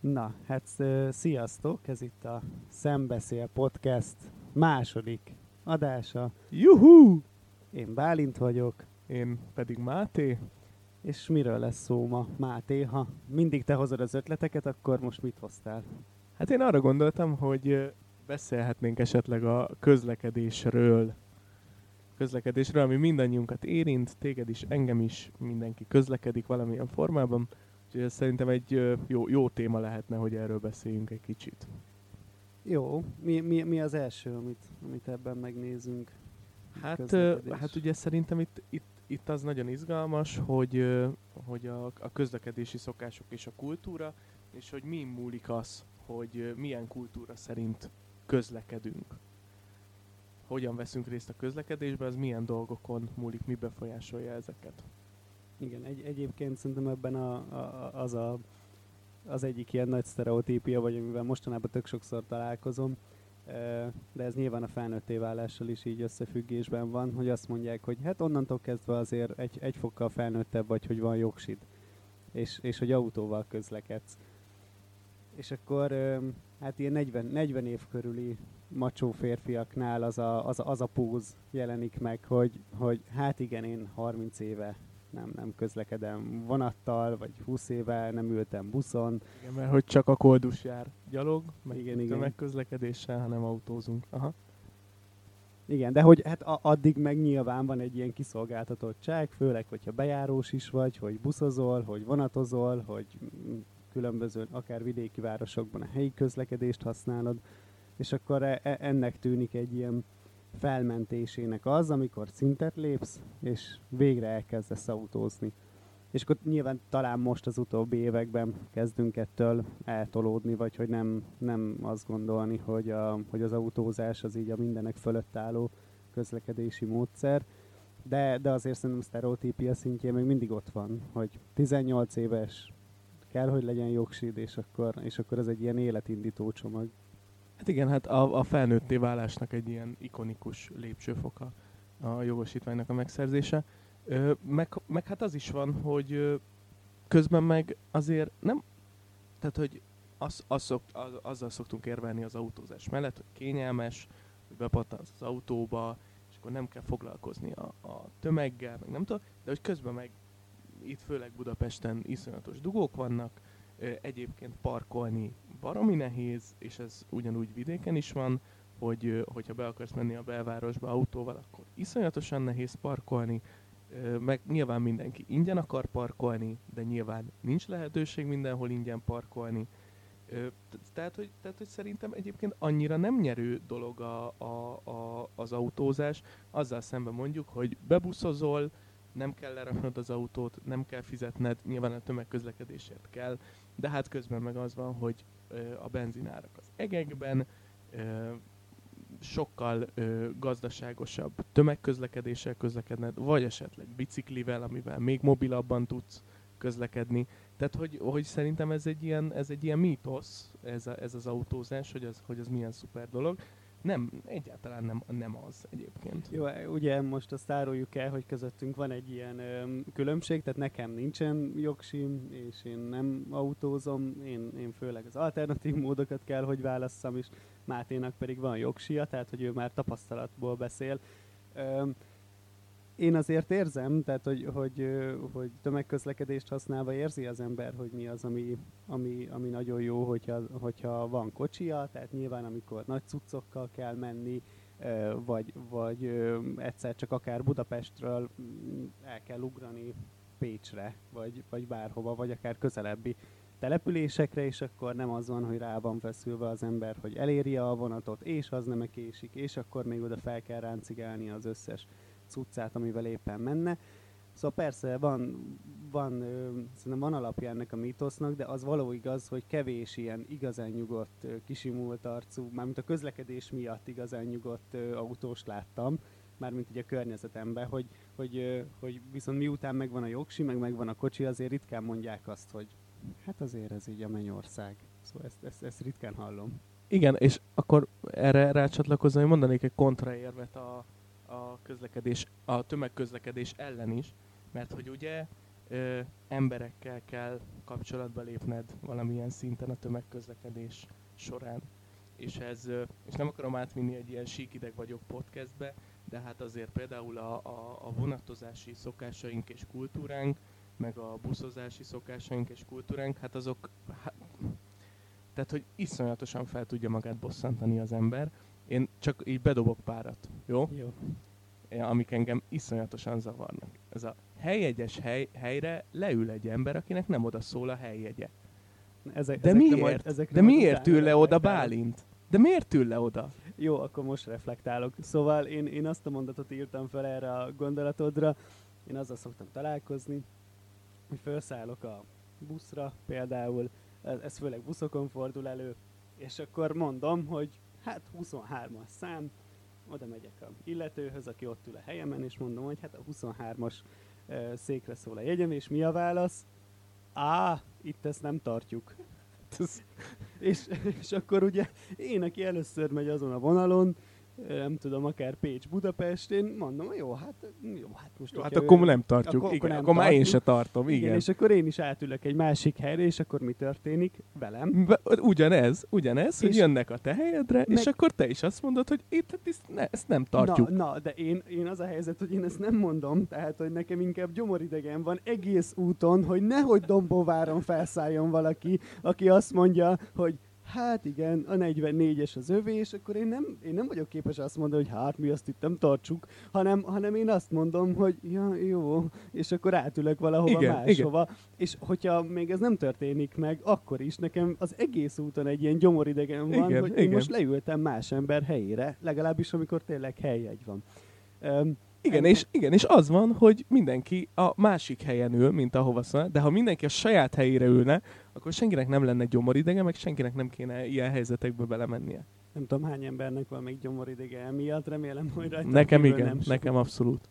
Na, hát sziasztok! Ez itt a Szembeszél Podcast második adása. Juhú! Én Bálint vagyok, Én pedig Máté. és miről lesz szó ma, Máté? Ha mindig te hozod az ötleteket, akkor most mit hoztál? Hát én arra gondoltam, hogy beszélhetnénk esetleg a közlekedésről, ami mindannyiunkat érint, téged is, engem is, mindenki közlekedik valamilyen formában. Úgyhogy ez szerintem egy jó téma lehetne, hogy erről beszéljünk egy kicsit. Jó, mi az első, amit ebben megnézünk? Hát ugye szerintem itt az nagyon izgalmas, hogy a közlekedési szokások és a kultúra, és hogy mi múlik az, hogy milyen kultúra szerint közlekedünk. Hogyan veszünk részt a közlekedésben, az milyen dolgokon múlik, mi befolyásolja ezeket. Igen, egyébként szerintem ebben az egyik ilyen nagy sztereotípia, vagy amivel mostanában tök sokszor találkozom, de ez nyilván a felnőtté válással is így összefüggésben van, hogy azt mondják, hogy hát onnantól kezdve azért egy fokkal felnőttebb vagy, hogy van jogsid, és hogy autóval közlekedsz. És akkor hát ilyen 40 év körüli macsó férfiaknál az a póz jelenik meg, hogy hát igen, én 30 éve nem közlekedem vonattal, vagy 20 éve nem ültem buszon. Igen, mert hogy csak a koldus jár gyalog, meg Igen. tömegközlekedéssel, hanem autózunk. Aha. Igen, de hogy hát addig meg nyilván van egy ilyen kiszolgáltatottság, főleg, hogyha bejárós is vagy, hogy buszozol, hogy vonatozol, hogy különböző, akár vidéki városokban a helyi közlekedést használod, és akkor ennek tűnik egy ilyen felmentésének az, amikor szintet lépsz, és végre elkezdesz autózni. És akkor nyilván talán most az utóbbi években kezdünk ettől eltolódni, vagy hogy nem azt gondolni, hogy az autózás az így a mindenek fölött álló közlekedési módszer. De azért szerintem sztereotípia szintjén még mindig ott van, hogy 18 éves kell, hogy legyen jogsid, és akkor ez egy ilyen életindító csomag. Hát igen, hát a felnőtté válásnak egy ilyen ikonikus lépcsőfoka a jogosítványnak a megszerzése. Meg hát az is van, hogy közben meg azért nem, tehát hogy azzal szoktunk érvelni az autózás mellett, hogy kényelmes, hogy bepattansz az autóba, és akkor nem kell foglalkozni a tömeggel, meg nem tudom, de hogy közben meg itt főleg Budapesten iszonyatos dugók vannak, egyébként parkolni baromi nehéz, és ez ugyanúgy vidéken is van, hogyha be akarsz menni a belvárosba autóval, akkor iszonyatosan nehéz parkolni, meg nyilván mindenki ingyen akar parkolni, de nyilván nincs lehetőség mindenhol ingyen parkolni. Tehát, hogy szerintem egyébként annyira nem nyerő dolog az autózás, azzal szemben mondjuk, hogy bebuszozol, nem kell leraknod az autót, nem kell fizetned, nyilván a tömegközlekedésért kell, de hát közben meg az van, hogy a benzinárak az egekben, sokkal gazdaságosabb tömegközlekedéssel közlekedned, vagy esetleg biciklivel, amivel még mobilabban tudsz közlekedni. Tehát, hogy szerintem ez egy ilyen mítosz, ez az autózás, hogy az milyen szuper dolog. Nem, egyáltalán nem az egyébként. Jó, ugye most azt áruljuk el, hogy közöttünk van egy ilyen különbség, tehát nekem nincsen jogsim, és én nem autózom, én főleg az alternatív módokat kell, hogy válasszam, és Máténak pedig van jogsia, tehát hogy ő már tapasztalatból beszél. Én azért érzem, tehát hogy tömegközlekedést használva érzi az ember, hogy mi az, ami nagyon jó, hogyha van kocsia, tehát nyilván amikor nagy cuccokkal kell menni, vagy egyszer csak akár Budapestről el kell ugrani Pécsre, vagy bárhova, vagy akár közelebbi településekre, és akkor nem az van, hogy rá van feszülve az ember, hogy elérje a vonatot, és az nem késik, és akkor még oda fel kell ráncigálni az összes cuccát, amivel éppen menne. Szóval persze szerintem van alapja ennek a mítosznak, de az való igaz, hogy kevés ilyen igazán nyugodt, kisimult arcú, mármint a közlekedés miatt igazán nyugodt autóst láttam, mármint így a környezetemben, hogy viszont miután megvan a jogsi, megvan a kocsi, azért ritkán mondják azt, hogy hát azért ez így a mennyország. Szóval ezt ritkán hallom. Igen, és akkor erre rácsatlakozva, hogy mondanék egy kontraérvet a tömegközlekedés ellen is, mert hogy ugye emberekkel kell kapcsolatba lépned valamilyen szinten a tömegközlekedés során. És nem akarom átvinni egy ilyen síkideg vagyok podcastbe, de hát azért például a vonatozási szokásaink és kultúránk, meg a buszozási szokásaink és kultúránk, hát azok, tehát hogy iszonyatosan fel tudja magát bosszantani az ember. Én csak így bedobok párat, jó? Jó. Amik engem iszonyatosan zavarnak. Ez a helyjegyes helyre leül egy ember, akinek nem oda szól a helyjegye. De miért ül le oda Bálint? De miért ül le oda? Jó, akkor most reflektálok. Szóval én azt a mondatot írtam fel erre a gondolatodra. Én azzal szoktam találkozni, hogy felszállok a buszra például, ez főleg buszokon fordul elő, és akkor mondom, hogy hát 23-as szám, oda megyek a illetőhöz, aki ott ül a helyemen, és mondom, hogy hát a 23-as székre szól a jegyem, és mi a válasz? Itt ezt nem tartjuk. és akkor ugye én, aki először megy azon a vonalon, nem tudom, akár Pécs-Budapest, én mondom, jó, hát most... Jó, hát akkor nem tartjuk, igen, akkor már én se tartom, igen. És akkor én is átülök egy másik helyre, és akkor mi történik velem? Ugyanez, hogy jönnek a te helyedre, és akkor te is azt mondod, hogy itt ezt nem tartjuk. Na, de én az a helyzet, hogy én ezt nem mondom, tehát, hogy nekem inkább gyomoridegen van egész úton, hogy nehogy Dombóváron felszálljon valaki, aki azt mondja, hogy hát igen, a 44-es az övé, és akkor én nem vagyok képes azt mondani, hogy hát mi azt itt nem tartsuk, hanem én azt mondom, hogy ja, jó, és akkor átülök valahova máshova. Igen. És hogyha még ez nem történik meg, akkor is nekem az egész úton egy ilyen gyomoridegen van, hogy én most leültem más ember helyére, legalábbis amikor tényleg helyjegy van. Igen, és az van, hogy mindenki a másik helyen ül, mint ahova szól, de ha mindenki a saját helyére ülne, akkor senkinek nem lenne gyomoridege, meg senkinek nem kéne ilyen helyzetekbe belemennie. Nem tudom, hány embernek van még gyomoridege emiatt, remélem, hogy rajta. Nekem igen, nekem abszolút.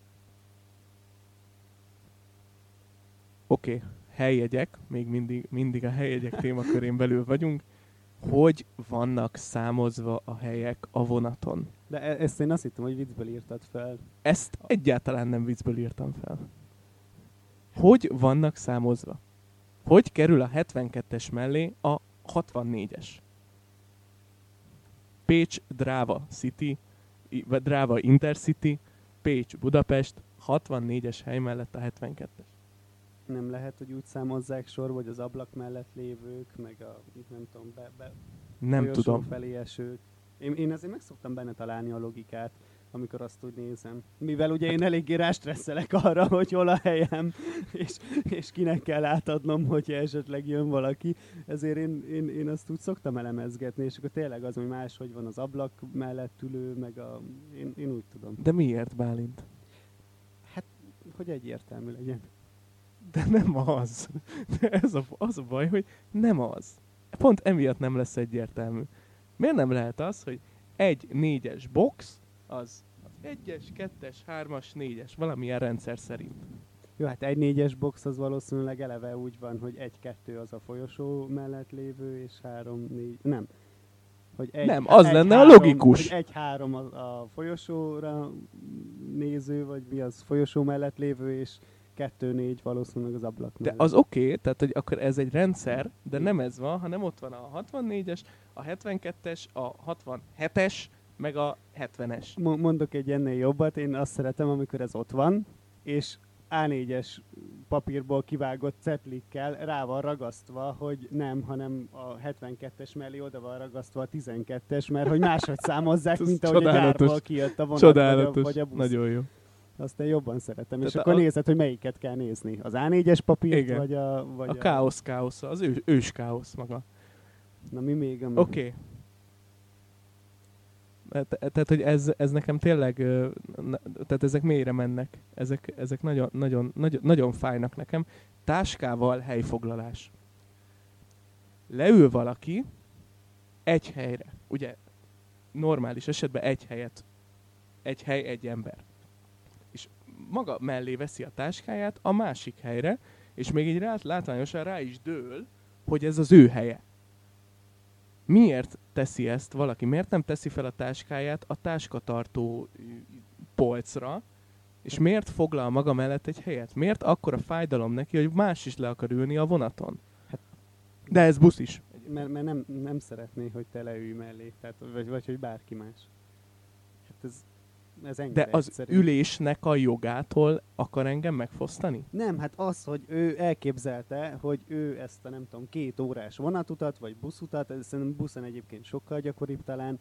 Oké, helyjegyek, még mindig a helyjegyek témakörén belül vagyunk. Hogy vannak számozva a helyek a vonaton? De ezt én azt hittem, hogy viccből írtad fel. Ezt egyáltalán nem viccből írtam fel. Hogy vannak számozva? Hogy kerül a 72-es mellé a 64-es? Pécs-Dráva City, vagy Dráva Intercity, Pécs-Budapest, 64-es hely mellett a 72-es. Nem lehet, hogy úgy számozzák sorba, hogy az ablak mellett lévők, meg a, nem tudom, nem tudom. Felé esők. Én azért meg szoktam benne találni a logikát, amikor azt úgy nézem. Mivel ugye én eléggé rástresszelek arra, hogy hol a helyem, és kinek kell átadnom, hogyha esetleg jön valaki. Ezért én azt úgy szoktam elemezgetni, és akkor tényleg az, hogy máshogy van az ablak mellett ülő, meg én úgy tudom. De miért, Bálint? Hát, hogy egyértelmű legyen. De nem az. De az a baj, hogy nem az. Pont emiatt nem lesz egyértelmű. Miért nem lehet az, hogy egy 4-es box, az 1-es, 2-es, 3-as, 4-es, valamilyen rendszer szerint. Jó, hát egy 4-es box az valószínűleg eleve úgy van, hogy 1-2 az a folyosó mellett lévő, és 3-4, nem. Hogy nem, az lenne a logikus. Hogy 1-3 a folyosóra néző, vagy mi az folyosó mellett lévő, és 2-4 valószínűleg az ablak mellett. De az oké, tehát hogy akkor ez egy rendszer, de nem ez van, hanem ott van a 64-es, a 72-es, a 67-es, meg a 70-es. Mondok egy ennél jobbat, én azt szeretem, amikor ez ott van, és A4-es papírból kivágott ceplikkel rá van ragasztva, hogy nem, hanem a 72-es mellé oda van ragasztva a 12-es, mert hogy máshogy számozzák, mint ahogy a gyárból kijött a vonat vagy a busz. Nagyon jó. Azt én jobban szeretem. Tehát és akkor nézed, hogy melyiket kell nézni. Az A4-es papírt, igen. vagy a káosz, az ős káosz maga. Na mi még? Oké. Tehát, hogy ez nekem tényleg, tehát ezek mélyre mennek. Ezek nagyon fájnak nekem. Táskával helyfoglalás. Leül valaki egy helyre. Ugye normális esetben egy hely, egy ember. És maga mellé veszi a táskáját a másik helyre, és még így látványosan rá is dől, hogy ez az ő helye. Miért teszi ezt valaki? Miért nem teszi fel a táskáját a táskatartó polcra, És miért foglal maga mellett egy helyet? Miért akkora fájdalom neki, hogy más is le akar ülni a vonaton? De ez busz is. Mert nem szeretné, hogy te leülj mellé, tehát, vagy hogy bárki más. Hát ez ennyire De az egyszerű. ülésnek a jogától akar engem megfosztani? Nem, hát az, hogy ő elképzelte, hogy ő ezt a nem tudom, 2 órás vonatutat, vagy buszutat, ez szerintem buszon egyébként sokkal gyakoribb talán,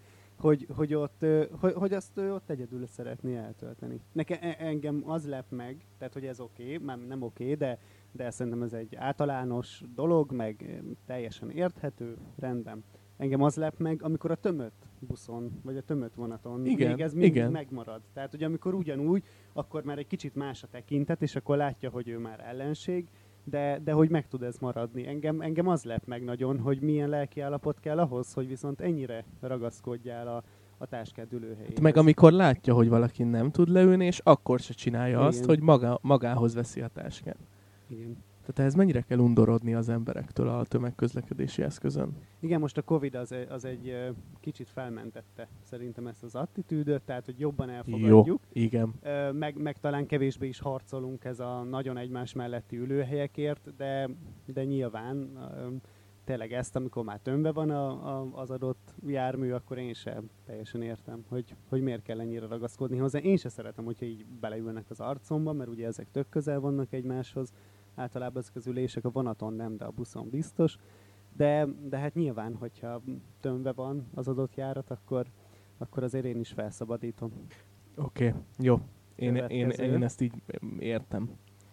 hogy azt ő ott egyedül szeretné eltölteni. Engem az lep meg, tehát hogy ez oké, már nem oké, de szerintem ez egy általános dolog, meg teljesen érthető, rendben. Engem az lep meg, amikor a tömött buszon, vagy a tömött vonaton még ez mindig megmarad. Tehát, hogy amikor ugyanúgy, akkor már egy kicsit más a tekintet, és akkor látja, hogy ő már ellenség, de hogy meg tud ez maradni. Engem az lep meg nagyon, hogy milyen lelkiállapot kell ahhoz, hogy viszont ennyire ragaszkodjál a táskád ülőhelyéhez. Meg amikor látja, hogy valaki nem tud leülni, és akkor se csinálja azt, hogy magához veszi a táskát. Igen. Tehát ehhez mennyire kell undorodni az emberektől a tömegközlekedési eszközön? Igen, most a Covid az egy kicsit felmentette szerintem ezt az attitűdöt, tehát hogy jobban elfogadjuk. Jó, igen. Meg talán kevésbé is harcolunk ez a nagyon egymás melletti ülőhelyekért, de nyilván tényleg ezt, amikor már tömve van az adott jármű, akkor én sem teljesen értem, hogy miért kell ennyire ragaszkodni hozzá. Én sem szeretem, hogyha így beleülnek az arcomba, mert ugye ezek tök közel vannak egymáshoz. Általában ezek az ülések, a vonaton nem, de a buszon biztos. De hát nyilván, hogyha tömve van az adott járat, akkor azért én is felszabadítom. Oké, jó. Én ezt így értem.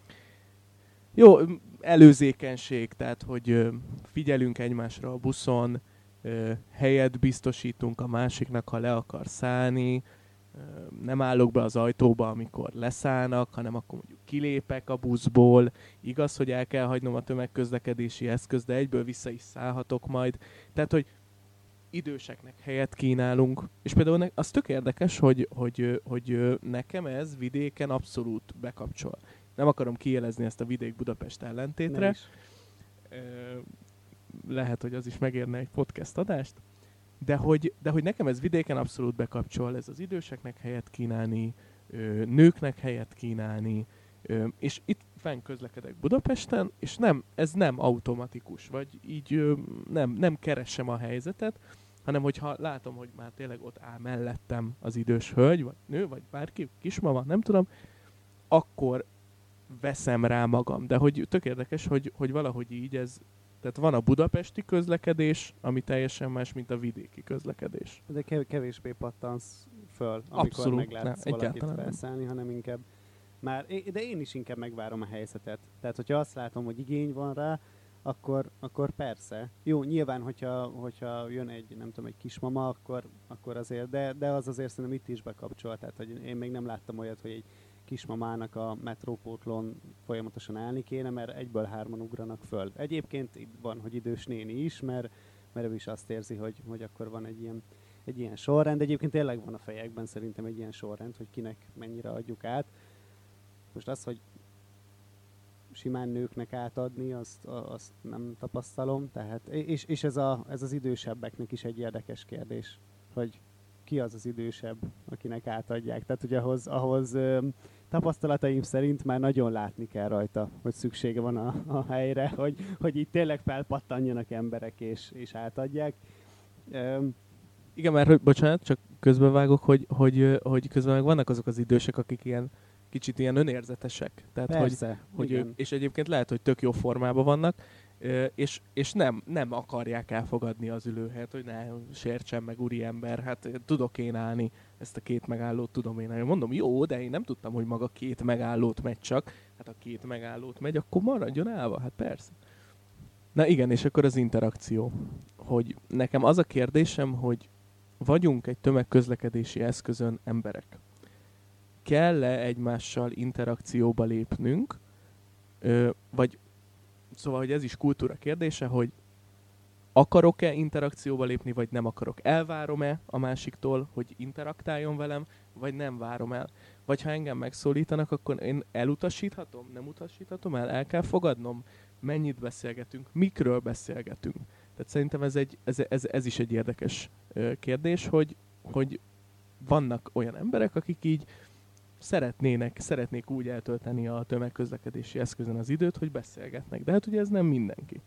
Jó, előzékenység, tehát hogy figyelünk egymásra a buszon, helyet biztosítunk a másiknak, ha le akar szállni, nem állok be az ajtóba, amikor leszállnak, hanem akkor mondjuk kilépek a buszból. Igaz, hogy el kell hagynom a tömegközlekedési eszközt, de egyből vissza is szállhatok majd. Tehát, hogy időseknek helyet kínálunk. És például az tök érdekes, hogy nekem ez vidéken abszolút bekapcsol. Nem akarom kijelezni ezt a vidék-Budapest ellentétre. Lehet, hogy az is megérne egy podcast adást. De hogy nekem ez vidéken abszolút bekapcsol, ez az időseknek helyet kínálni, nőknek helyet kínálni, és itt fenn közlekedek Budapesten, és ez nem automatikus, vagy így nem keresem a helyzetet, hanem hogyha látom, hogy már tényleg ott áll mellettem az idős hölgy, vagy nő, vagy bárki, kismama, nem tudom, akkor veszem rá magam. De hogy tök érdekes, hogy valahogy így ez, tehát van a budapesti közlekedés, ami teljesen más, mint a vidéki közlekedés. De kevésbé pattansz föl, amikor abszolút, meglátsz valakit felszállni, hanem inkább de én is inkább megvárom a helyzetet. Tehát, hogyha azt látom, hogy igény van rá, akkor persze. Jó, nyilván, hogyha jön egy, nem tudom, egy kismama, akkor azért, de az azért szerintem itt is bekapcsol. Tehát, hogy én még nem láttam olyat, hogy egy kismamának a metrópótlón folyamatosan állni kéne, mert egyből 3-an ugranak föl. Egyébként itt van, hogy idős néni is, mert ő is azt érzi, hogy akkor van egy ilyen sorrend. Egyébként tényleg van a fejekben szerintem egy ilyen sorrend, hogy kinek mennyire adjuk át. Most az, hogy simán nőknek átadni, azt nem tapasztalom. Tehát, és ez az idősebbeknek is egy érdekes kérdés, hogy ki az az idősebb, akinek átadják. Tehát, hogy ahhoz tapasztalataim szerint már nagyon látni kell rajta, hogy szüksége van a helyre, hogy itt tényleg felpattanjanak emberek és átadják. Igen, mert bocsánat, csak közbevágok, hogy közben meg vannak azok az idősek, akik ilyen kicsit ilyen önérzetesek. Tehát, persze, hogy ők, és egyébként lehet, hogy tök jó formában vannak, és nem akarják elfogadni az ülőhelyet, hogy ne sértsen meg úriember, hát tudok én állni, ezt a 2 megállót tudom én állni. Mondom, jó, de én nem tudtam, hogy maga 2 megállót megy csak. Hát ha 2 megállót megy, akkor maradjon állva, hát persze. Na igen, és akkor az interakció. Hogy nekem az a kérdésem, hogy vagyunk egy tömegközlekedési eszközön emberek. Kell-e egymással interakcióba lépnünk, vagy szóval, hogy ez is kultúra kérdése, hogy akarok-e interakcióba lépni, vagy nem akarok. Elvárom-e a másiktól, hogy interaktáljon velem, vagy nem várom el. Vagy ha engem megszólítanak, akkor én elutasíthatom, nem utasíthatom el kell fogadnom, mennyit beszélgetünk, mikről beszélgetünk. Tehát szerintem ez is egy érdekes kérdés, hogy vannak olyan emberek, akik így szeretnék úgy eltölteni a tömegközlekedési eszközön az időt, hogy beszélgetnek. De hát ugye ez nem mindenki.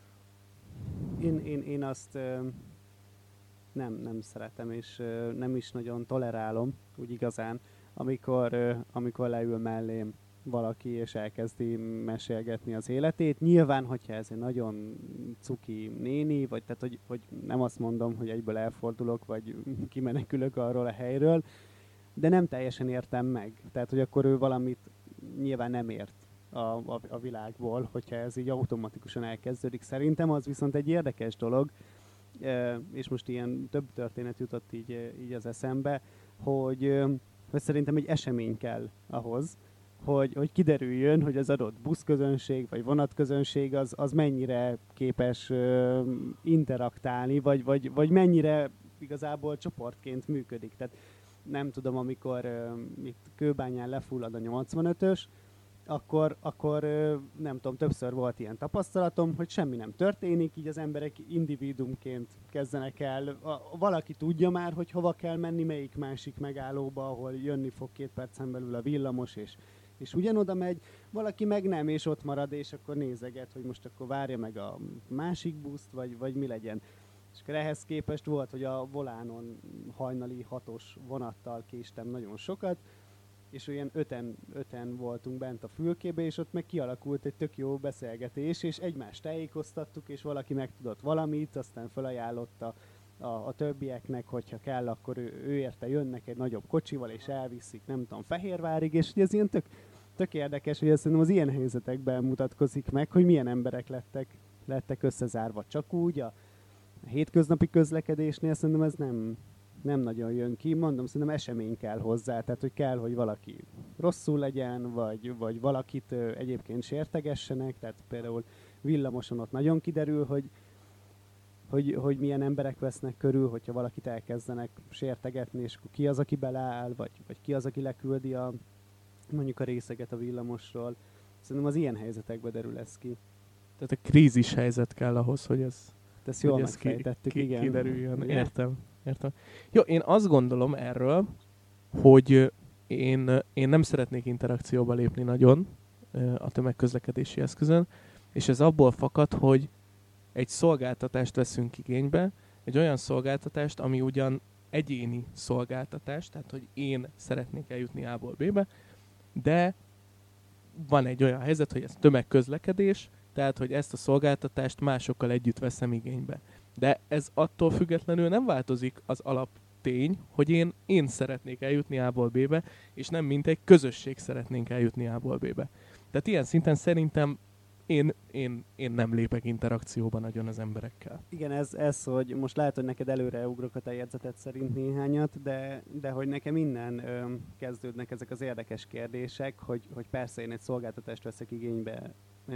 Én azt nem szeretem, és nem is nagyon tolerálom, úgy igazán, amikor leül mellém valaki, és elkezdi mesélgetni az életét. Nyilván, hogyha ez egy nagyon cuki néni, vagy tehát, hogy nem azt mondom, hogy egyből elfordulok, vagy kimenekülök arról a helyről, de nem teljesen értem meg. Tehát, hogy akkor ő valamit nyilván nem ért a világból, hogyha ez így automatikusan elkezdődik. Szerintem az viszont egy érdekes dolog, és most ilyen több történet jutott így az eszembe, hogy szerintem egy esemény kell ahhoz, hogy kiderüljön, hogy az adott buszközönség vagy vonatközönség az mennyire képes interaktálni, vagy mennyire igazából csoportként működik. Tehát nem tudom, amikor itt Kőbányán lefullad a 85-ös, akkor nem tudom, többször volt ilyen tapasztalatom, hogy semmi nem történik, így az emberek individuumként kezdenek el. Valaki tudja már, hogy hova kell menni, melyik másik megállóba, ahol jönni fog 2 percen belül a villamos, és ugyanoda megy, valaki meg nem, és ott marad, és akkor nézeget, hogy most akkor várja meg a másik buszt, vagy mi legyen. És akkor ehhez képest volt, hogy a Volánon hajnali 6-os vonattal késtem nagyon sokat, és olyan öten voltunk bent a fülkébe, és ott meg kialakult egy tök jó beszélgetés, és egymást tájékoztattuk, és valaki megtudott valamit, aztán felajánlotta a többieknek, hogyha kell, akkor ő érte jönnek egy nagyobb kocsival, és elviszik, nem tudom, Fehérvárig, és ez ilyen tök érdekes, hogy szerintem az ilyen helyzetekben mutatkozik meg, hogy milyen emberek lettek összezárva. Csak úgy a hétköznapi közlekedésnél szerintem ez nem nagyon jön ki. Mondom, szerintem esemény kell hozzá, tehát hogy kell, hogy valaki rosszul legyen, vagy valakit egyébként sértegessenek, tehát például villamoson ott nagyon kiderül, hogy milyen emberek vesznek körül, hogyha valakit elkezdenek sértegetni, és akkor ki az, aki beleáll, vagy ki az, aki leküldi mondjuk a részeget a villamosról. Szerintem az ilyen helyzetekben derül ez ki. Tehát a krízis helyzet kell ahhoz, hogy ezt jól megfejtettük, igen. Kiderüljön. Értem. Jó, én azt gondolom erről, hogy én nem szeretnék interakcióba lépni nagyon a tömegközlekedési eszközön, és ez abból fakad, hogy egy szolgáltatást veszünk igénybe, egy olyan szolgáltatást, ami ugyan egyéni szolgáltatás, tehát hogy én szeretnék eljutni A-ból B-be, de van egy olyan helyzet, hogy ez tömegközlekedés, tehát hogy ezt a szolgáltatást másokkal együtt veszem igénybe. De ez attól függetlenül nem változik az alaptény, hogy én szeretnék eljutni A-ból B-be, és nem mint egy közösség szeretnénk eljutni A-ból B-be. Tehát ilyen szinten szerintem én nem lépek interakcióba nagyon az emberekkel. Igen, ez, hogy most lehet, hogy neked előre ugrok a te jegyzeted szerint néhányat, de hogy nekem innen kezdődnek ezek az érdekes kérdések, hogy persze én egy szolgáltatást veszek igénybe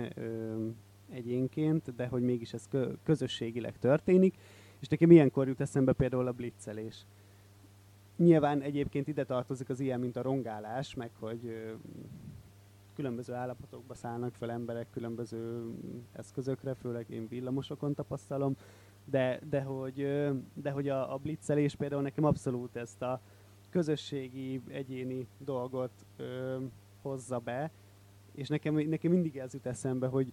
egyénként, de hogy mégis ez közösségileg történik, és nekem ilyenkor jut eszembe például a blitzelés. Nyilván egyébként ide tartozik az ilyen, mint a rongálás, meg hogy különböző állapotokba szállnak fel emberek különböző eszközökre, főleg én villamosokon tapasztalom, de hogy a blitzelés például nekem abszolút ezt a közösségi, egyéni dolgot hozza be, és nekem mindig ez jut eszembe, hogy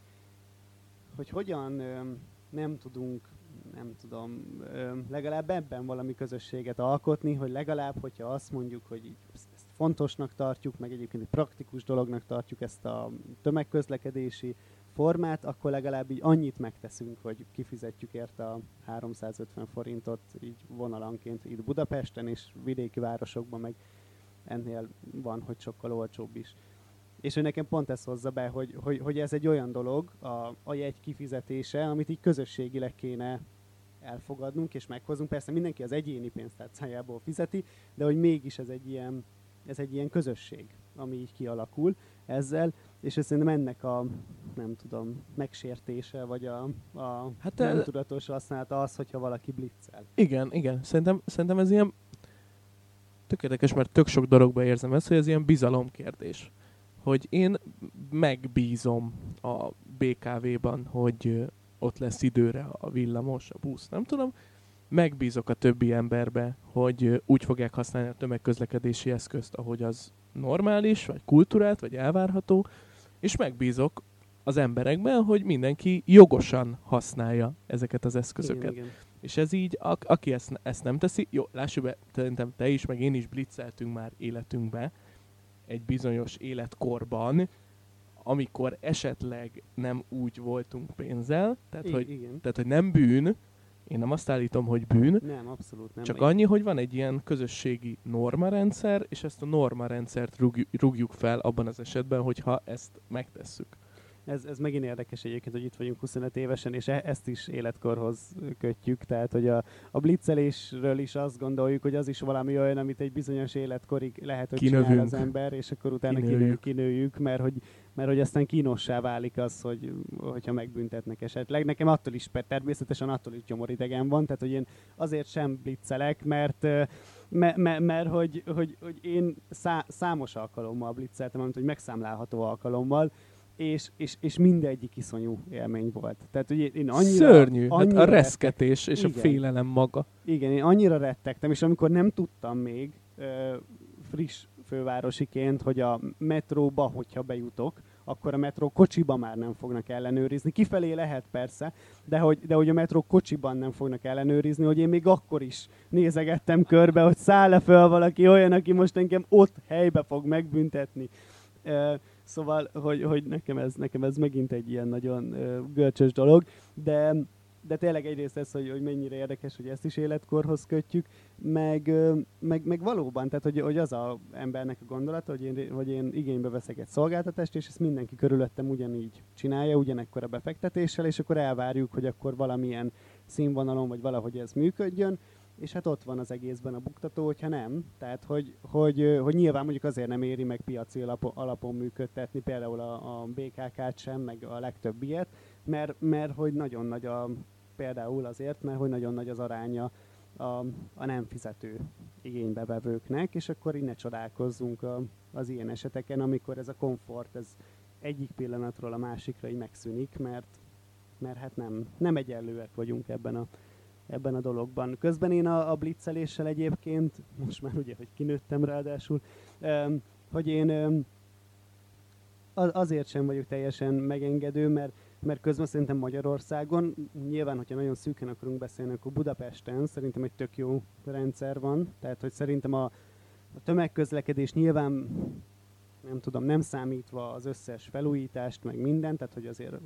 hogyan nem tudom, legalább ebben valami közösséget alkotni, hogy legalább, hogyha azt mondjuk, hogy így ezt fontosnak tartjuk, meg egyébként egy praktikus dolognak tartjuk ezt a tömegközlekedési formát, akkor legalább így annyit megteszünk, hogy kifizetjük érte a 350 forintot így vonalanként itt Budapesten, és vidéki városokban meg ennél van, hogy sokkal olcsóbb is. És hogy nekem pont ez hozza be, hogy ez egy olyan dolog, a jegy kifizetése, amit így közösségileg kéne elfogadnunk és meghoznunk. Persze mindenki az egyéni pénztárcájából fizeti, de hogy mégis ez egy ilyen közösség, ami így kialakul ezzel, és ez szerintem ennek a, nem tudom, megsértése, vagy a nem tudatos használata az, hogyha valaki blitzel. Igen. Szerintem ez ilyen tök érdekes, mert tök sok dologba érzem ezt, hogy ez ilyen bizalomkérdés. Hogy én megbízom a BKV-ban, hogy ott lesz időre a villamos, a busz, nem tudom, megbízok a többi emberbe, hogy úgy fogják használni a tömegközlekedési eszközt, ahogy az normális, vagy kulturált, vagy elvárható, és megbízok az emberekben, hogy mindenki jogosan használja ezeket az eszközöket. Igen. És ez így, aki ezt nem teszi, jó, lássuk be, szerintem te is, meg én is blitzeltünk már életünkbe egy bizonyos életkorban, amikor esetleg nem úgy voltunk pénzzel, tehát hogy nem bűn, én nem azt állítom, hogy bűn, nem, abszolút nem. csak annyi, hogy van egy ilyen közösségi normarendszer, és ezt a normarendszert rúgjuk fel abban az esetben, hogyha ezt megtesszük. Ez megint érdekes egyébként, hogy itt vagyunk 25 évesen, és ezt is életkorhoz kötjük, tehát hogy a blitzelésről is azt gondoljuk, hogy az is valami olyan, amit egy bizonyos életkorig lehet, hogy csinál az ember, és akkor utána kinőjük, mert hogy aztán kínossá válik az, hogyha megbüntetnek esetleg. Nekem attól is, természetesen attól is gyomoridegen van, tehát hogy én azért sem blitzelek, mert hogy én számos alkalommal blitzeltem, amit hogy megszámlálható alkalommal, és mindegyik iszonyú élmény volt. Tehát, hogy én annyira... Szörnyű, hát a reszketés és igen, a félelem maga. Igen, én annyira rettegtem, és amikor nem tudtam még friss fővárosiként, hogy a metróba, hogyha bejutok, akkor a metró kocsiba már nem fognak ellenőrizni. Kifelé lehet persze, de hogy a metró kocsiban nem fognak ellenőrizni, hogy én még akkor is nézegettem körbe, hogy száll-e föl valaki olyan, aki most engem ott helybe fog megbüntetni. Szóval, hogy nekem ez megint egy ilyen nagyon görcsös dolog, de tényleg egyrészt ez, hogy mennyire érdekes, hogy ezt is életkorhoz kötjük, meg valóban, tehát hogy az az embernek a gondolata, hogy én igénybe veszek egy szolgáltatást, és ezt mindenki körülöttem ugyanígy csinálja, ugyanekkor a befektetéssel, és akkor elvárjuk, hogy akkor valamilyen színvonalon, vagy valahogy ez működjön, és hát ott van az egészben a buktató, hogyha nem. Tehát, hogy nyilván mondjuk azért nem éri meg piaci alapon működtetni, például a BKK-t sem, meg a legtöbb ilyet, mert hogy nagyon nagy például azért, mert hogy nagyon nagy az aránya a nem fizető igénybevevőknek, és akkor így ne csodálkozzunk az ilyen eseteken, amikor ez a komfort, ez egyik pillanatról a másikra így megszűnik, mert hát nem egyenlőek vagyunk ebben a dologban. Közben én a blitzeléssel egyébként, most már ugye, hogy kinőttem ráadásul, hogy én azért sem vagyok teljesen megengedő, mert közben szerintem Magyarországon, nyilván, hogyha nagyon szűken akarunk beszélni, akkor Budapesten szerintem egy tök jó rendszer van, tehát hogy szerintem a tömegközlekedés nyilván nem tudom, nem számítva az összes felújítást, meg mindent, tehát hogy azért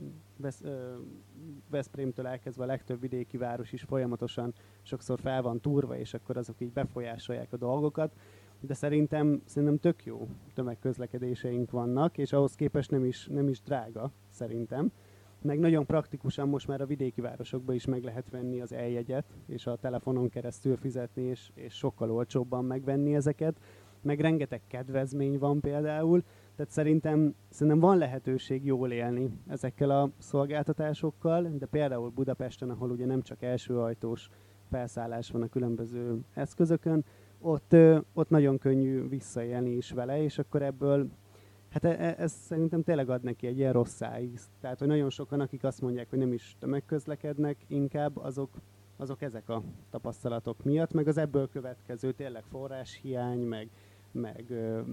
Veszprémtől elkezdve a legtöbb vidéki város is folyamatosan sokszor fel van túrva, és akkor azok így befolyásolják a dolgokat, de szerintem tök jó tömegközlekedéseink vannak, és ahhoz képest nem is drága, szerintem. Meg nagyon praktikusan most már a vidéki városokban is meg lehet venni az eljegyet, és a telefonon keresztül fizetni, és sokkal olcsóbban megvenni ezeket. Meg rengeteg kedvezmény van például, tehát szerintem van lehetőség jól élni ezekkel a szolgáltatásokkal, de például Budapesten, ahol ugye nem csak elsőajtós felszállás van a különböző eszközökön, ott nagyon könnyű visszaélni is vele, és akkor ebből, hát ez szerintem tényleg ad neki egy ilyen rossz szájízt. Tehát, hogy nagyon sokan, akik azt mondják, hogy nem is tömegközlekednek, inkább azok ezek a tapasztalatok miatt, meg az ebből következő tényleg forráshiány, meg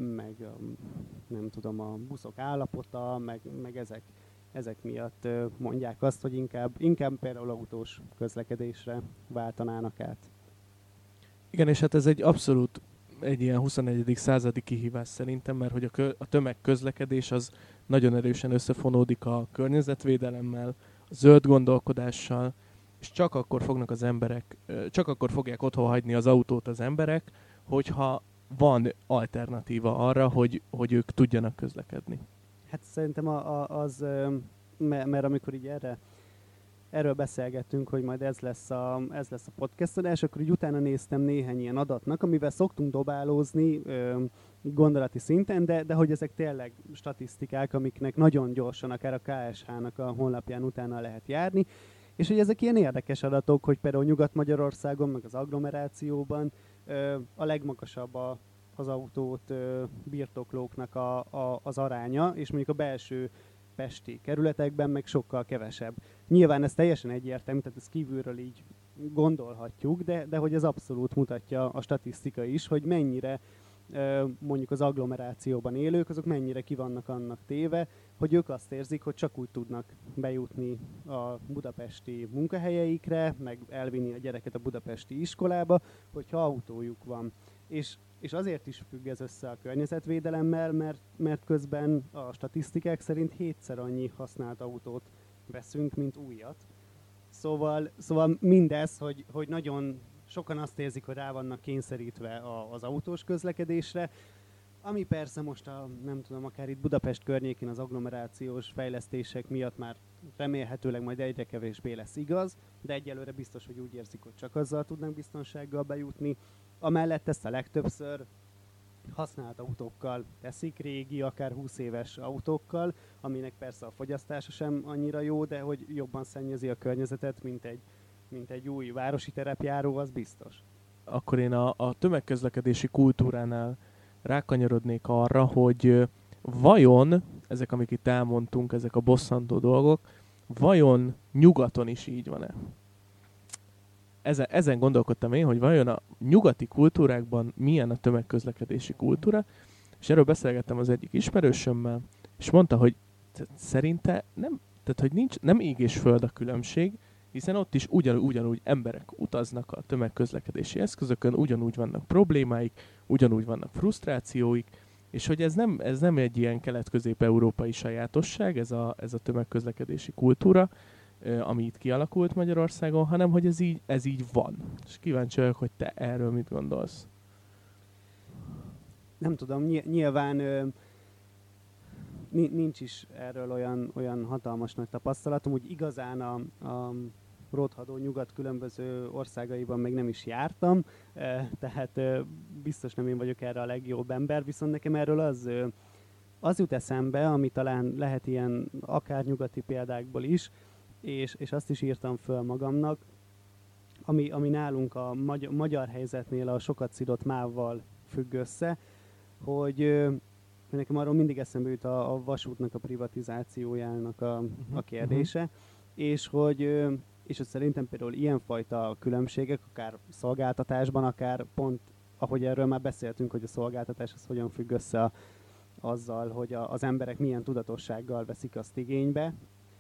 nem tudom, a buszok állapota, meg ezek miatt mondják azt, hogy inkább például autós közlekedésre váltanának át. Igen, és hát ez abszolút egy ilyen 21. századi kihívás szerintem, mert hogy a tömegközlekedés az nagyon erősen összefonódik a környezetvédelemmel, a zöld gondolkodással, és csak akkor fogják otthon hagyni az autót az emberek, hogyha van alternatíva arra, hogy ők tudjanak közlekedni. Hát szerintem mert amikor így erről beszélgettünk, hogy majd ez lesz a podcast adás, akkor így utána néztem néhány ilyen adatnak, amivel szoktunk dobálózni gondolati szinten, de hogy ezek tényleg statisztikák, amiknek nagyon gyorsan akár a KSH-nak a honlapján utána lehet járni, és hogy ezek ilyen érdekes adatok, hogy például Nyugat-Magyarországon, meg az agglomerációban a legmagasabb az autót birtoklóknak az aránya, és mondjuk a belső pesti kerületekben meg sokkal kevesebb. Nyilván ez teljesen egyértelmű, tehát ezt kívülről így gondolhatjuk, de hogy ez abszolút mutatja a statisztika is, hogy mennyire mondjuk az agglomerációban élők, azok mennyire ki vannak annak téve, hogy ők azt érzik, hogy csak úgy tudnak bejutni a budapesti munkahelyeikre, meg elvinni a gyereket a budapesti iskolába, hogyha autójuk van. És azért is függ ez össze a környezetvédelemmel, mert közben a statisztikák szerint 7-szer annyi használt autót veszünk, mint újat. Szóval mindez, hogy nagyon sokan azt érzik, hogy rá vannak kényszerítve az autós közlekedésre, ami persze most nem tudom, akár itt Budapest környékén az agglomerációs fejlesztések miatt már remélhetőleg majd egyre kevésbé lesz igaz, de egyelőre biztos, hogy úgy érzik, hogy csak azzal tudnak biztonsággal bejutni. Amellett ezt a legtöbbször használt autókkal teszik, régi, akár 20 éves autókkal, aminek persze a fogyasztása sem annyira jó, de hogy jobban szennyezi a környezetet, mint egy új városi terepjáró, az biztos. Akkor én a tömegközlekedési kultúránál rákanyarodnék arra, hogy vajon, ezek, amik itt elmondtunk, ezek a bosszantó dolgok, vajon nyugaton is így van-e? Ezen gondolkodtam én, hogy vajon a nyugati kultúrákban milyen a tömegközlekedési kultúra, és erről beszélgettem az egyik ismerősömmel, és mondta, hogy szerinte nem ég és föld a különbség, hiszen ott is ugyanúgy emberek utaznak a tömegközlekedési eszközökön, ugyanúgy vannak problémáik, ugyanúgy vannak frusztrációik, és hogy ez nem egy ilyen kelet-közép-európai sajátosság, ez a tömegközlekedési kultúra, ami itt kialakult Magyarországon, hanem hogy ez így van. És kíváncsi vagyok, hogy te erről mit gondolsz. Nem tudom, nyilván nincs is erről olyan hatalmas nagy tapasztalatom, úgy igazán a rothadó nyugat különböző országaiban még nem is jártam, tehát biztos nem én vagyok erre a legjobb ember, viszont nekem erről az jut eszembe, ami talán lehet ilyen akár nyugati példákból is, és azt is írtam föl magamnak, ami nálunk a magyar helyzetnél a sokat szidott MÁV-val függ össze, hogy nekem arról mindig eszembe jut a vasútnak a privatizációjának a kérdése, és hogy szerintem például ilyenfajta különbségek, akár szolgáltatásban, akár pont, ahogy erről már beszéltünk, hogy a szolgáltatás az hogyan függ össze azzal, hogy az emberek milyen tudatossággal veszik azt igénybe.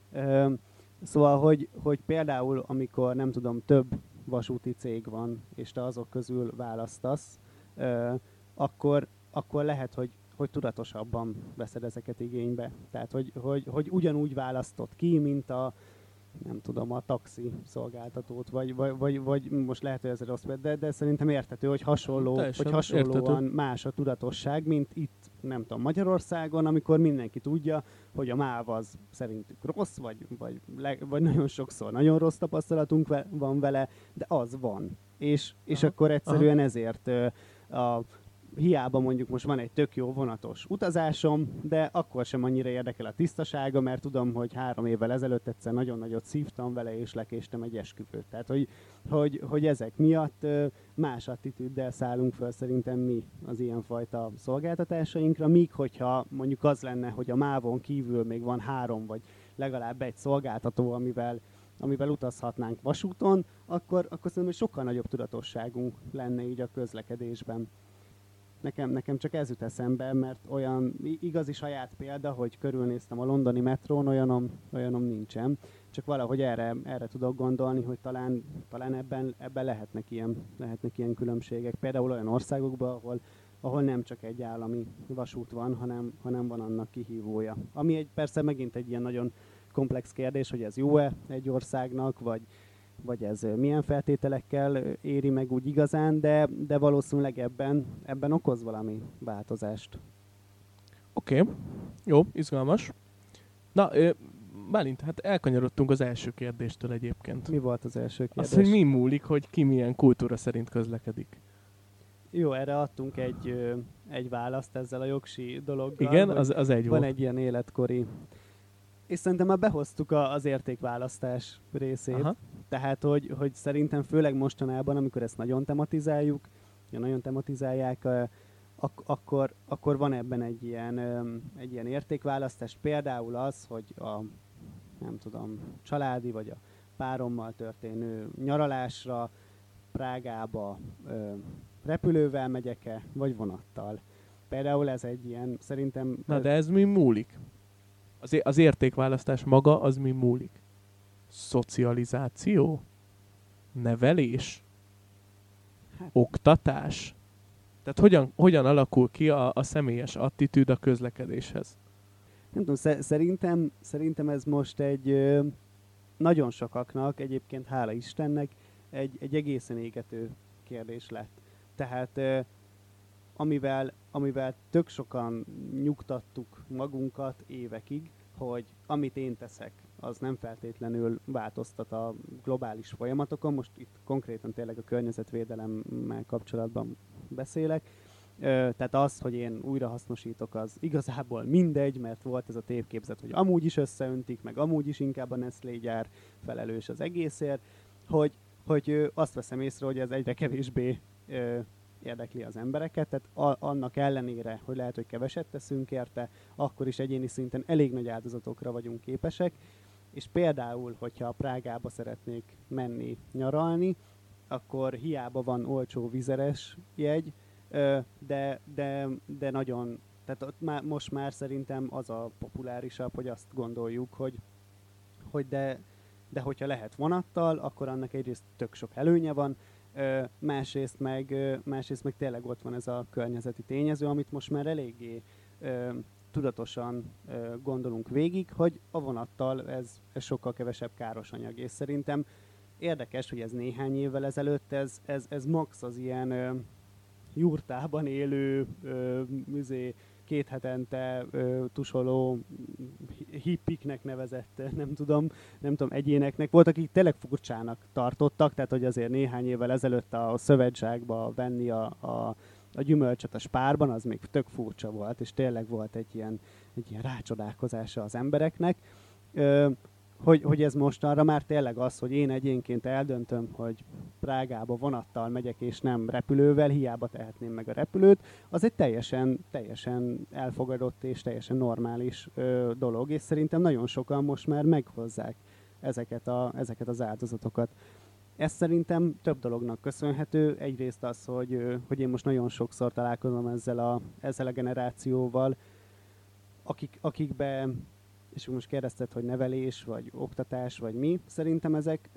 Szóval, hogy például, amikor nem tudom, több vasúti cég van, és te azok közül választasz, akkor lehet, hogy tudatosabban veszed ezeket igénybe. Tehát, hogy ugyanúgy választod ki, mint nem tudom, a taxi szolgáltatót, vagy most lehet, hogy ez rossz, de szerintem érthető, hogy hasonlóan más a tudatosság, mint itt, nem tudom, Magyarországon, amikor mindenki tudja, hogy a MÁV az szerintük rossz, vagy nagyon sokszor nagyon rossz tapasztalatunk van vele, de az van. És akkor egyszerűen ezért hiába mondjuk most van egy tök jó vonatos utazásom, de akkor sem annyira érdekel a tisztasága, mert tudom, hogy 3 évvel ezelőtt egyszer nagyon nagyot szívtam vele, és lekéstem egy esküvőt. Tehát, hogy ezek miatt más attitűddel szállunk föl szerintem mi az ilyenfajta szolgáltatásainkra, míg hogyha mondjuk az lenne, hogy a MÁV-on kívül még van 3 vagy legalább egy szolgáltató, amivel utazhatnánk vasúton, akkor szerintem, hogy sokkal nagyobb tudatosságunk lenne így a közlekedésben. Nekem csak ez jut eszembe, mert olyan igazi saját példa, hogy körülnéztem a londoni metrón, olyanom nincsen. Csak valahogy erre tudok gondolni, hogy talán ebben lehetnek ilyen különbségek. Például olyan országokban, ahol nem csak egy állami vasút van, hanem van annak kihívója. Ami persze megint egy ilyen nagyon komplex kérdés, hogy ez jó-e egy országnak, vagy ez milyen feltételekkel éri meg úgy igazán, de valószínűleg ebben okoz valami változást. Oké. Jó, izgalmas. Na, Bálint, hát elkanyarodtunk az első kérdéstől egyébként. Mi volt az első kérdés? Az, hogy mi múlik, hogy ki milyen kultúra szerint közlekedik. Jó, erre adtunk egy választ ezzel a jogsi dologgal. Igen, az egy volt. Van egy ilyen életkori. És szerintem már behoztuk az értékválasztás részét. Aha. Tehát, hogy szerintem főleg mostanában, amikor ezt nagyon tematizáljuk, nagyon tematizálják akkor van ebben egy ilyen értékválasztás. Például az, hogy a nem tudom, családi vagy a párommal történő nyaralásra Prágába repülővel megyek-e, vagy vonattal. Például ez egy ilyen, szerintem... Na de ez mi múlik? Az értékválasztás maga az mi múlik? Szocializáció? Nevelés? Hát, oktatás? Tehát hogyan alakul ki a személyes attitűd a közlekedéshez? nem tudom, szerintem ez most egy nagyon sokaknak, egyébként hála Istennek, egy egészen égető kérdés lett. Tehát amivel tök sokan nyugtattuk magunkat évekig, hogy amit én teszek, az nem feltétlenül változtat a globális folyamatokon. Most itt konkrétan tényleg a környezetvédelemmel kapcsolatban beszélek. Tehát az, hogy én újrahasznosítok, az igazából mindegy, mert volt ez a tévképzet, hogy amúgy is összeöntik, meg amúgy is inkább a Nestlé gyár felelős az egészért, hogy azt veszem észre, hogy ez egyre kevésbé érdekli az embereket, tehát annak ellenére, hogy lehet, hogy keveset teszünk érte, akkor is egyéni szinten elég nagy áldozatokra vagyunk képesek, és például, hogyha Prágába szeretnék menni nyaralni, akkor hiába van olcsó vizeres jegy, de nagyon, tehát most már szerintem az a populárisabb, hogy azt gondoljuk, hogy de hogyha lehet vonattal, akkor annak egyrészt tök sok előnye van, másrészt meg tényleg ott van ez a környezeti tényező, amit most már eléggé tudatosan gondolunk végig, hogy a vonattal ez sokkal kevesebb káros anyag, és szerintem érdekes, hogy ez néhány évvel ezelőtt, ez max az ilyen jurtában élő, 2 hetente tusoló hippiknek nevezett, nem tudom, egyéneknek. Volt, akik tényleg furcsának tartottak, tehát hogy azért néhány évvel ezelőtt a szövetságba venni a gyümölcsöt a Spárban, az még tök furcsa volt, és tényleg volt egy ilyen rácsodálkozása az embereknek. Hogy ez mostanra már tényleg az, hogy én egyénként eldöntöm, hogy Prágába vonattal megyek, és nem repülővel, hiába tehetném meg a repülőt, az egy teljesen elfogadott és teljesen normális dolog, és szerintem nagyon sokan most már meghozzák ezeket az áldozatokat. Ez szerintem több dolognak köszönhető. Egyrészt az, hogy én most nagyon sokszor találkozom ezzel a generációval, akikbe, és most kérdezted, hogy nevelés, vagy oktatás, vagy mi, szerintem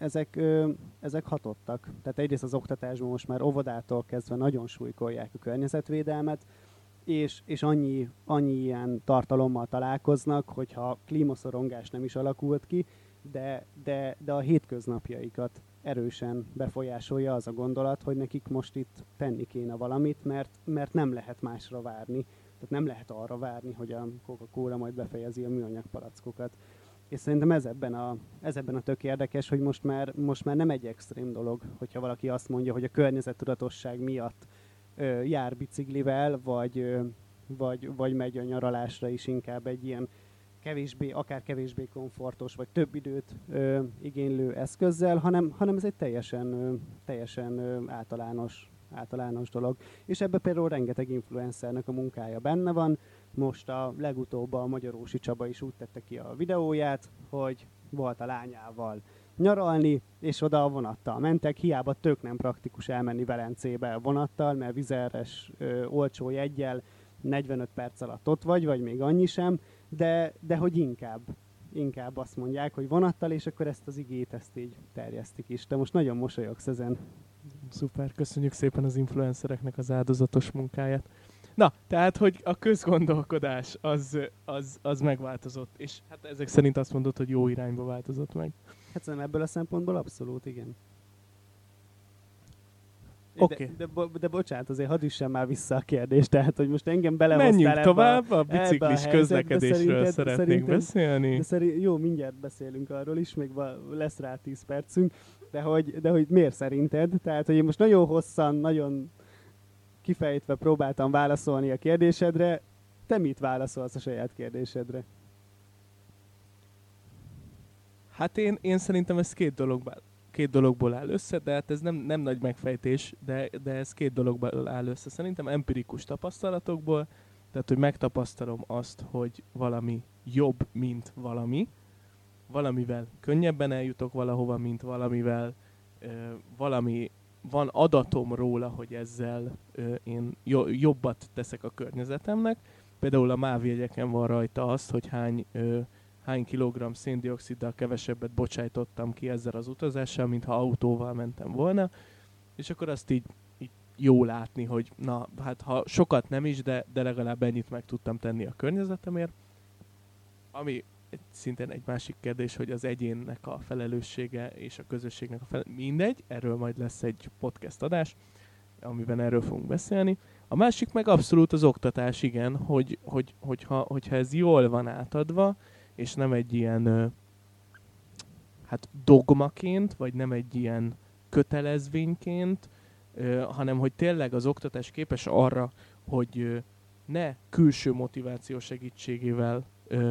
ezek hatottak. Tehát egyrészt az oktatásban most már óvodától kezdve nagyon súlykolják a környezetvédelmet, és annyi ilyen tartalommal találkoznak, hogyha klímaszorongás nem is alakult ki, de a hétköznapjaikat erősen befolyásolja az a gondolat, hogy nekik most itt tenni kéne valamit, mert nem lehet másra várni. Tehát nem lehet arra várni, hogy a Coca-Cola majd befejezi a műanyag palackokat. És szerintem ez ebben a tök érdekes, hogy most már nem egy extrém dolog, hogyha valaki azt mondja, hogy a környezettudatosság miatt jár biciklivel, vagy megy a nyaralásra is inkább egy ilyen akár kevésbé komfortos, vagy több időt igénylő eszközzel, hanem ez egy teljesen általános dolog. És ebben például rengeteg influencernek a munkája benne van. Most a legutóbb a Magyarósi Csaba is úgy tette ki a videóját, hogy volt a lányával nyaralni, és oda a vonattal mentek. Hiába tök nem praktikus elmenni Velencébe vonattal, mert vizeres olcsó jeggyel 45 perc alatt ott vagy még annyi sem, de hogy inkább azt mondják, hogy vonattal, és akkor ezt az igét így terjesztik is. De most nagyon mosolyogsz ezen. Szuper, köszönjük szépen az influencereknek az áldozatos munkáját. Na, tehát, hogy a közgondolkodás az megváltozott, és hát ezek szerint azt mondod, hogy jó irányba változott meg. Hát szerintem ebből a szempontból abszolút, igen. Oké. De bocsánat, azért hadd üssem már vissza a kérdést, tehát, hogy most engem belehoztál menjünk tovább, a biciklis közlekedésről szeretnénk beszélni. Jó, mindjárt beszélünk arról is, még lesz rá 10 percünk, de hogy miért szerinted? Tehát, hogy én most nagyon hosszan, nagyon kifejtve próbáltam válaszolni a kérdésedre, te mit válaszolsz a saját kérdésedre? Hát én szerintem ez két dolog. két dologból áll össze, de hát ez nem nagy megfejtés, de ez két dologból áll össze. Szerintem empirikus tapasztalatokból, tehát hogy megtapasztalom azt, hogy valami jobb, mint valamivel könnyebben eljutok valahova, mint valamivel, valami van adatom róla, hogy ezzel én jobbat teszek a környezetemnek. Például a MÁV jegyeken van rajta az, hogy hány kilogramm széndioxiddal kevesebbet bocsájtottam ki ezzel az utazással, mintha autóval mentem volna. És akkor azt így jó látni, hogy na, hát ha sokat nem is, de legalább ennyit meg tudtam tenni a környezetemért. Ami szintén egy másik kérdés, hogy az egyénnek a felelőssége és a közösségnek a felelőssége. Mindegy, erről majd lesz egy podcast adás, amiben erről fogunk beszélni. A másik meg abszolút az oktatás, igen, hogyha ez jól van átadva, és nem egy ilyen dogmaként, vagy nem egy ilyen kötelezvényként, hanem hogy tényleg az oktatás képes arra, hogy ne külső motiváció segítségével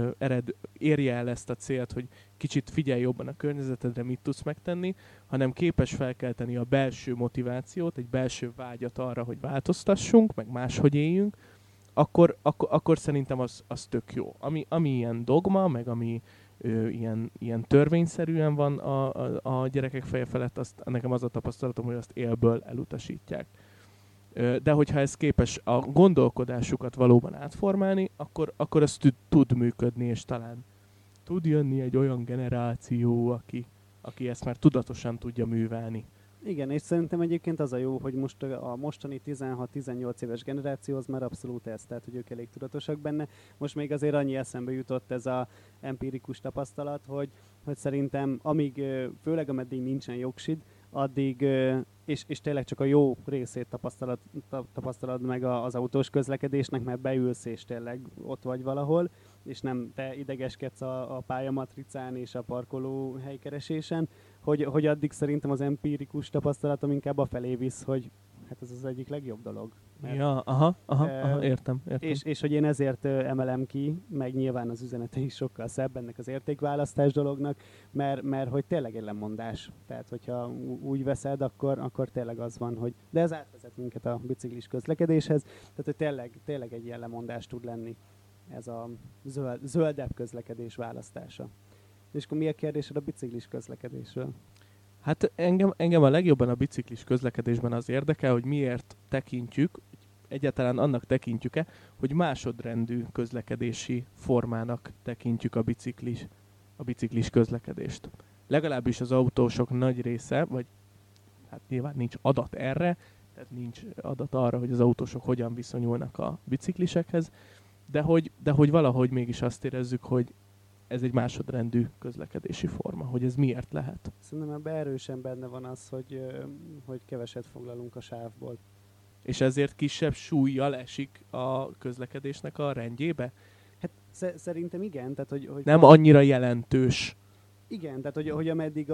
érje el ezt a célt, hogy kicsit figyelj jobban a környezetedre, mit tudsz megtenni, hanem képes felkelteni a belső motivációt, egy belső vágyat arra, hogy változtassunk, meg máshogy éljünk, akkor szerintem az tök jó. Ami ilyen dogma, meg ami ilyen törvényszerűen van a gyerekek feje felett, nekem az a tapasztalatom, hogy azt élből elutasítják. De hogyha ez képes a gondolkodásukat valóban átformálni, akkor az tud működni, és talán tud jönni egy olyan generáció, aki ezt már tudatosan tudja művelni. Igen, és szerintem egyébként az a jó, hogy most a mostani 16-18 éves generáció az már abszolút ez, tehát hogy ők elég tudatosak benne. Most még azért annyi eszembe jutott ez az empirikus tapasztalat, hogy szerintem amíg, főleg ameddig nincsen jogsid, addig, és tényleg csak a jó részét tapasztalod meg az autós közlekedésnek, mert beülsz és tényleg ott vagy valahol, és nem te idegeskedsz a pályamatricán és a parkoló helykeresésen, hogy addig szerintem az empirikus tapasztalatom inkább afelé visz, hogy hát ez az egyik legjobb dolog. Ja, értem. És hogy én ezért emelem ki, meg nyilván az üzenete is sokkal szebb ennek az értékválasztás dolognak, mert hogy tényleg egy lemondás. Tehát, hogyha úgy veszed, akkor tényleg az van, hogy... De ez átvezet minket a biciklis közlekedéshez, tehát, hogy tényleg egy ilyen lemondás tud lenni ez a zöldebb közlekedés választása. És akkor mi a kérdésed a biciklis közlekedésről? Hát engem a legjobban a biciklis közlekedésben az érdekel, hogy miért tekintjük, egyáltalán annak tekintjük-e, hogy másodrendű közlekedési formának tekintjük a biciklis közlekedést. Legalábbis az autósok nagy része, vagy hát nyilván nincs adat erre, tehát nincs adat arra, hogy az autósok hogyan viszonyulnak a biciklisekhez, de hogy valahogy mégis azt érezzük, hogy ez egy másodrendű közlekedési forma, hogy ez miért lehet. Szerintem ebben erősen benne van az, hogy keveset foglalunk a sávból. És ezért kisebb súlyjal esik a közlekedésnek a rendjébe? Hát szerintem igen. Tehát, hogy nem annyira jelentős. Igen, tehát hogy ameddig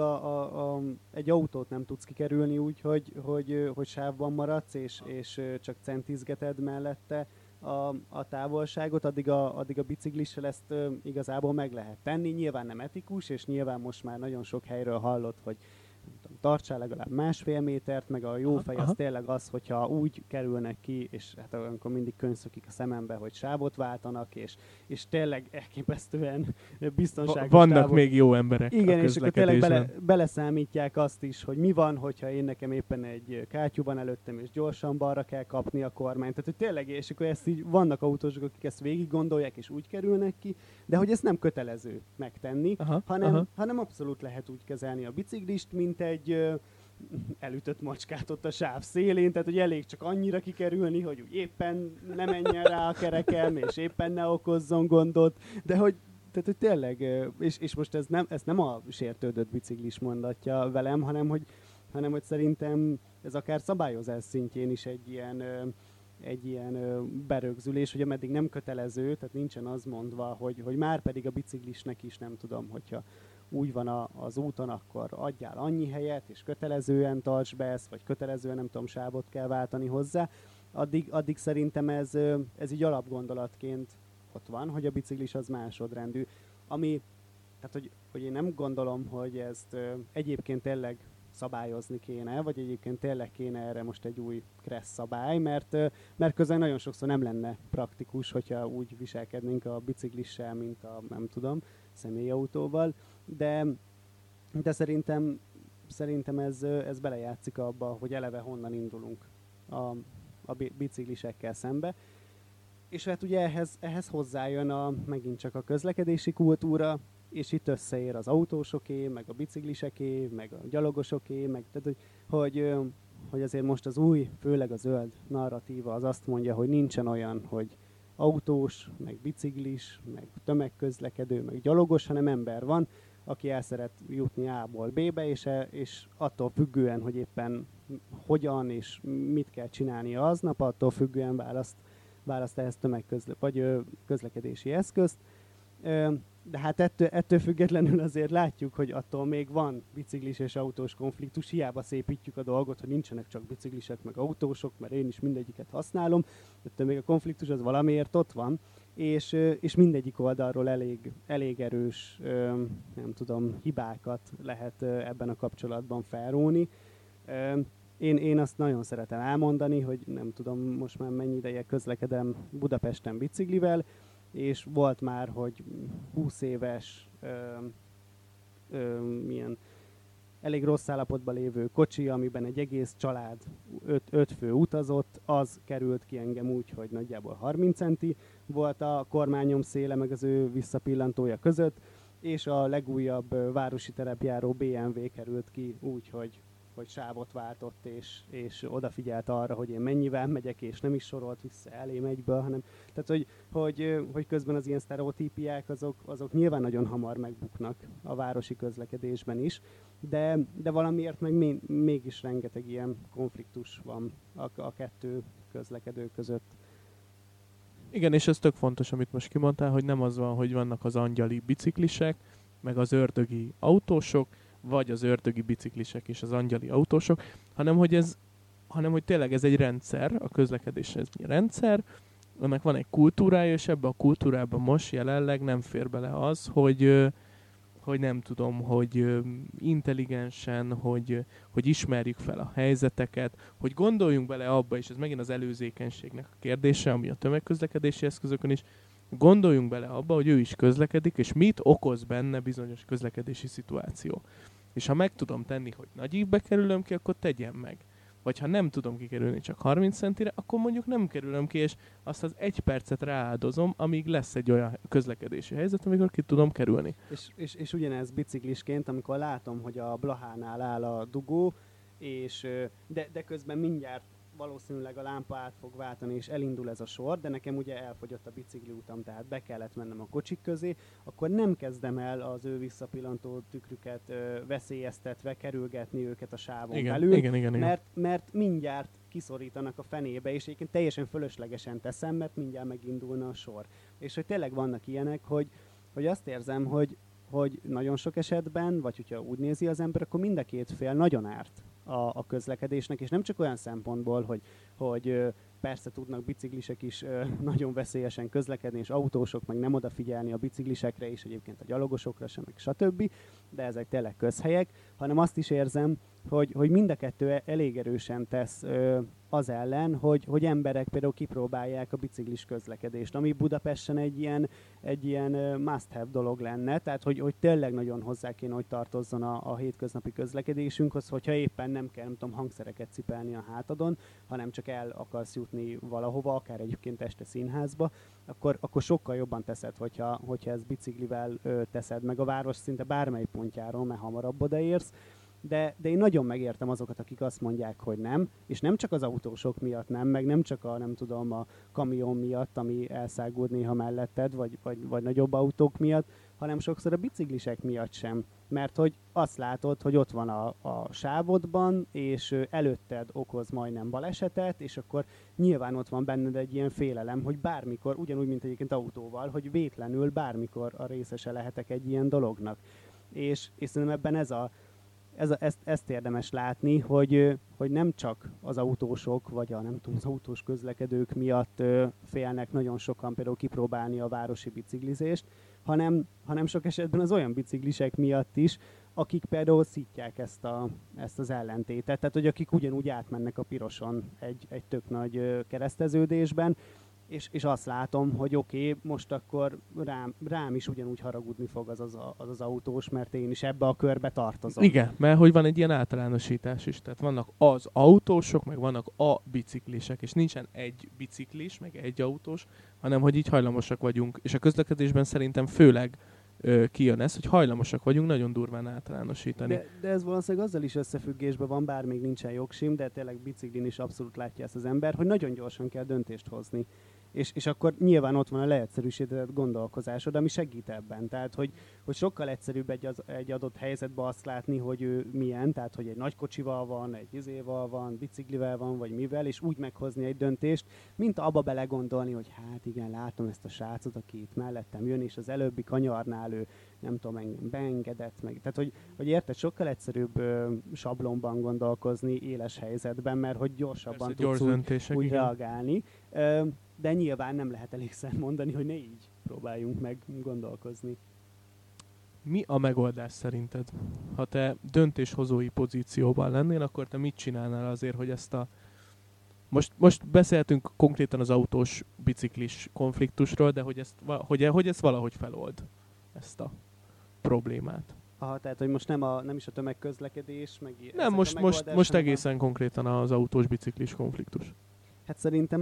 egy autót nem tudsz kikerülni úgy, hogy sávban maradsz, és csak centizgeted mellette a távolságot, addig a biciklissel ezt igazából meg lehet tenni. Nyilván nem etikus, és nyilván most már nagyon sok helyről hallott, hogy tartsál legalább 1,5 métert, meg a jó fej az tényleg az, hogyha úgy kerülnek ki, és hát olyankor mindig könszökik a szemembe, hogy sávot váltanak, és tényleg elképesztően biztonságos vannak még jó emberek. Igen, és akkor tényleg beleszámítják azt is, hogy mi van, hogyha én nekem éppen egy kátyú van előttem, és gyorsan balra kell kapni a kormányt. Tehát, hogy tényleg, és akkor ezt így vannak autósok, akik ezt végig gondolják, és úgy kerülnek ki, de hogy ez nem kötelező megtenni, hanem abszolút lehet úgy kezelni a biciklist, mint egy elütött macskát ott a sáv szélén, tehát hogy elég csak annyira kikerülni, hogy úgy éppen ne menjen rá a kerekem, és éppen ne okozzon gondot, de hogy tényleg, és most ez nem a sértődött biciklis mondatja velem, hanem hogy szerintem ez akár szabályozás szintjén is egy ilyen berögzülés, hogy ameddig nem kötelező, tehát nincsen az mondva, hogy már pedig a biciklisnek is nem tudom, hogyha úgy van az úton, akkor adjál annyi helyet, és kötelezően tarts be ezt, vagy kötelezően nem tudom, sávot kell váltani hozzá, addig szerintem ez így alapgondolatként ott van, hogy a biciklis az másodrendű. Tehát, hogy én nem gondolom, hogy ezt egyébként tényleg szabályozni kéne, vagy egyébként tényleg kéne erre most egy új kressz szabály, mert közben nagyon sokszor nem lenne praktikus, hogyha úgy viselkednénk a biciklissel, mint a, nem tudom, személyautóval, de szerintem ez belejátszik abba, hogy eleve honnan indulunk a biciklisekkel szembe. És hát ugye ehhez hozzájön megint csak a közlekedési kultúra, és itt összeér az autósoké, meg a bicikliseké, meg a gyalogosoké, meg tehát, hogy azért most az új, főleg a zöld narratíva az azt mondja, hogy nincsen olyan, hogy autós, meg biciklis, meg tömegközlekedő, meg gyalogos, hanem ember van, aki el szeret jutni A-ból B-be, és attól függően, hogy éppen hogyan és mit kell csinálnia aznap, attól függően választ ehhez közlekedési eszközt. De hát ettől függetlenül azért látjuk, hogy attól még van biciklis és autós konfliktus, hiába szépítjük a dolgot, hogy nincsenek csak biciklisek meg autósok, mert én is mindegyiket használom, ettől még a konfliktus az valamiért ott van, és mindegyik oldalról elég erős, nem tudom, hibákat lehet ebben a kapcsolatban felróni. Én azt nagyon szeretem elmondani, hogy nem tudom, most már mennyi ideje közlekedem Budapesten biciklivel, és volt már, hogy 20 éves milyen elég rossz állapotban lévő kocsi, amiben egy egész család 5 fő utazott, az került ki engem úgy, hogy nagyjából 30 centi volt a kormányom széle meg az ő visszapillantója között, és a legújabb városi terepjáró BMW került ki úgy, hogy sávot váltott, és odafigyelt arra, hogy én mennyivel megyek, és nem is sorolt vissza elém egyből, hanem tehát, hogy közben az ilyen sztereotípiák, azok nyilván nagyon hamar megbuknak a városi közlekedésben is, de valamiért meg mégis rengeteg ilyen konfliktus van a kettő közlekedő között. Igen, és ez tök fontos, amit most kimondtál, hogy nem az van, hogy vannak az angyali biciklisek, meg az ördögi autósok, vagy az ördögi biciklisek és az angyali autósok, hanem hogy tényleg ez egy rendszer, a közlekedés ez egy rendszer, annak van egy kultúrája, és ebbe a kultúrában most jelenleg nem fér bele az, hogy nem tudom, hogy intelligensen, hogy ismerjük fel a helyzeteket, hogy gondoljunk bele abba, és ez megint az előzékenységnek a kérdése, ami a tömegközlekedési eszközökön is, gondoljunk bele abba, hogy ő is közlekedik, és mit okoz benne bizonyos közlekedési szituáció. És ha meg tudom tenni, hogy nagy ívbe kerülöm ki, akkor tegyem meg. Vagy ha nem tudom kikerülni csak 30 centire, akkor mondjuk nem kerülöm ki, és azt az 1 percet rááldozom, amíg lesz egy olyan közlekedési helyzet, amikor ki tudom kerülni. És ugyanez biciklisként, amikor látom, hogy a Blahánál áll a dugó, de közben mindjárt valószínűleg a lámpa át fog váltani, és elindul ez a sor, de nekem ugye elfogyott a bicikliutam, tehát be kellett mennem a kocsik közé, akkor nem kezdem el az ő visszapillantó tükrüket veszélyeztetve kerülgetni őket a sávon belül, igen. Mert mindjárt kiszorítanak a fenébe, és egyébként teljesen fölöslegesen teszem, mert mindjárt megindulna a sor. És hogy tényleg vannak ilyenek, hogy azt érzem, hogy nagyon sok esetben, vagy hogyha úgy nézi az ember, akkor mind a két fél nagyon árt a közlekedésnek, és nem csak olyan szempontból, hogy persze tudnak biciklisek is nagyon veszélyesen közlekedni, és autósok meg nem odafigyelni a biciklisekre, és egyébként a gyalogosokra sem, meg stb., de ezek tényleg közhelyek, hanem azt is érzem, hogy mind a kettő elég erősen tesz az ellen, hogy emberek például kipróbálják a biciklis közlekedést, ami Budapesten egy ilyen must-have dolog lenne, tehát hogy tényleg nagyon hozzá kéne, hogy tartozzon a hétköznapi közlekedésünkhöz, hogyha éppen nem kell, nem tudom, hangszereket cipelni a hátadon, hanem csak el akarsz jutni valahova, akár egyébként este színházba, akkor sokkal jobban teszed, hogyha ezt biciklivel teszed meg a város szinte bármely pontjáról, mert hamarabb odaérsz. De én nagyon megértem azokat, akik azt mondják, hogy nem, és nem csak az autósok miatt nem, meg nem csak a kamion miatt, ami elszáguld néha melletted, vagy nagyobb autók miatt, hanem sokszor a biciklisek miatt sem. Mert hogy azt látod, hogy ott van a sávodban, és előtted okoz majdnem balesetet, és akkor nyilván ott van benned egy ilyen félelem, hogy bármikor, ugyanúgy, mint egyébként autóval, hogy vétlenül bármikor a részese lehetek egy ilyen dolognak. És szerintem ebben ezt érdemes látni, hogy nem csak az autósok, vagy az autós közlekedők miatt félnek nagyon sokan például kipróbálni a városi biciklizést, hanem sok esetben az olyan biciklisek miatt is, akik például szítják ezt az ellentétet, tehát hogy akik ugyanúgy átmennek a piroson egy tök nagy kereszteződésben, és azt látom, hogy oké, most akkor rám is ugyanúgy haragudni fog az autós, mert én is ebbe a körbe tartozom. Igen, mert hogy van egy ilyen általánosítás is, tehát vannak az autósok, meg vannak a biciklisek, és nincsen egy biciklis, meg egy autós, hanem hogy így hajlamosak vagyunk, és a közlekedésben szerintem főleg kijön ez, hogy hajlamosak vagyunk nagyon durván általánosítani. De ez valószínűleg azzal is összefüggésben van, bár még nincsen jogsim, de tényleg biciklin is abszolút látja ezt az ember, hogy nagyon gyorsan kell döntést hozni. És akkor nyilván ott van a leegyszerűsített gondolkozásod, ami segít ebben. Tehát, hogy sokkal egyszerűbb egy adott helyzetben azt látni, hogy ő milyen, tehát, hogy egy nagy kocsival van, egy izéval van, biciklivel van, vagy mivel, és úgy meghozni egy döntést, mint abba belegondolni, hogy hát igen, látom ezt a srácot, aki itt mellettem jön, és az előbbi kanyarnál ő, nem tudom, engem beengedett meg. Tehát, hogy érted, sokkal egyszerűbb sablonban gondolkozni éles helyzetben, mert hogy gyorsabban persze, tudsz úgy reagálni. De nyilván nem lehet elégszer mondani, hogy ne így próbáljunk meg gondolkozni. Mi a megoldás szerinted? Ha te döntéshozói pozícióban lennél, akkor te mit csinálnál azért, hogy ezt a... Most beszéltünk konkrétan az autós biciklis konfliktusról, de hogy ezt valahogy felold, ezt a problémát. Aha, tehát, hogy most nem is a tömegközlekedés, meg... Nem, most egészen konkrétan az autós biciklis konfliktus. Hát szerintem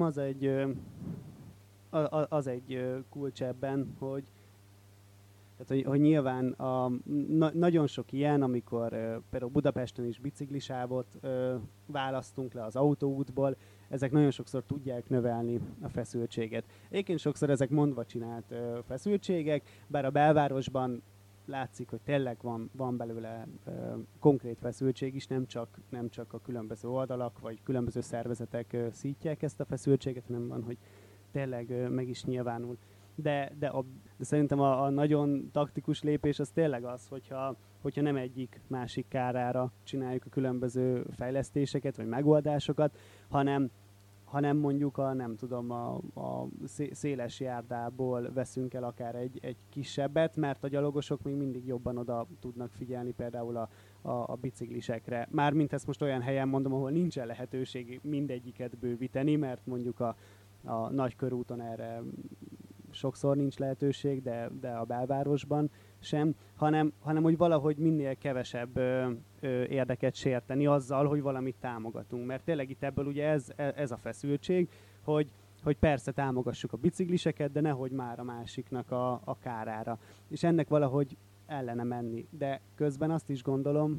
az egy kulcs ebben, hogy nyilván nagyon sok ilyen, amikor például Budapesten is biciklisávot választunk le az autóútból, ezek nagyon sokszor tudják növelni a feszültséget. Egyébként sokszor ezek mondva csinált feszültségek, bár a belvárosban látszik, hogy tényleg van belőle konkrét feszültség is, nem csak a különböző oldalak, vagy különböző szervezetek szítják ezt a feszültséget, hanem van, hogy tényleg meg is nyilvánul. De szerintem a nagyon taktikus lépés az tényleg az, hogyha nem egyik másik kárára csináljuk a különböző fejlesztéseket, vagy megoldásokat, hanem mondjuk a széles járdából veszünk el akár egy kisebbet, mert a gyalogosok még mindig jobban oda tudnak figyelni például a biciklisekre. Mármint ezt most olyan helyen mondom, ahol nincsen lehetőség mindegyiket bővíteni, mert mondjuk a nagy körúton erre sokszor nincs lehetőség, de a belvárosban sem, hanem hogy valahogy minél kevesebb érdeket sérteni azzal, hogy valamit támogatunk. Mert tényleg itt ebből ugye ez a feszültség, hogy persze támogassuk a bicikliseket, de nehogy már a másiknak a kárára. És ennek valahogy ellene menni. De közben azt is gondolom,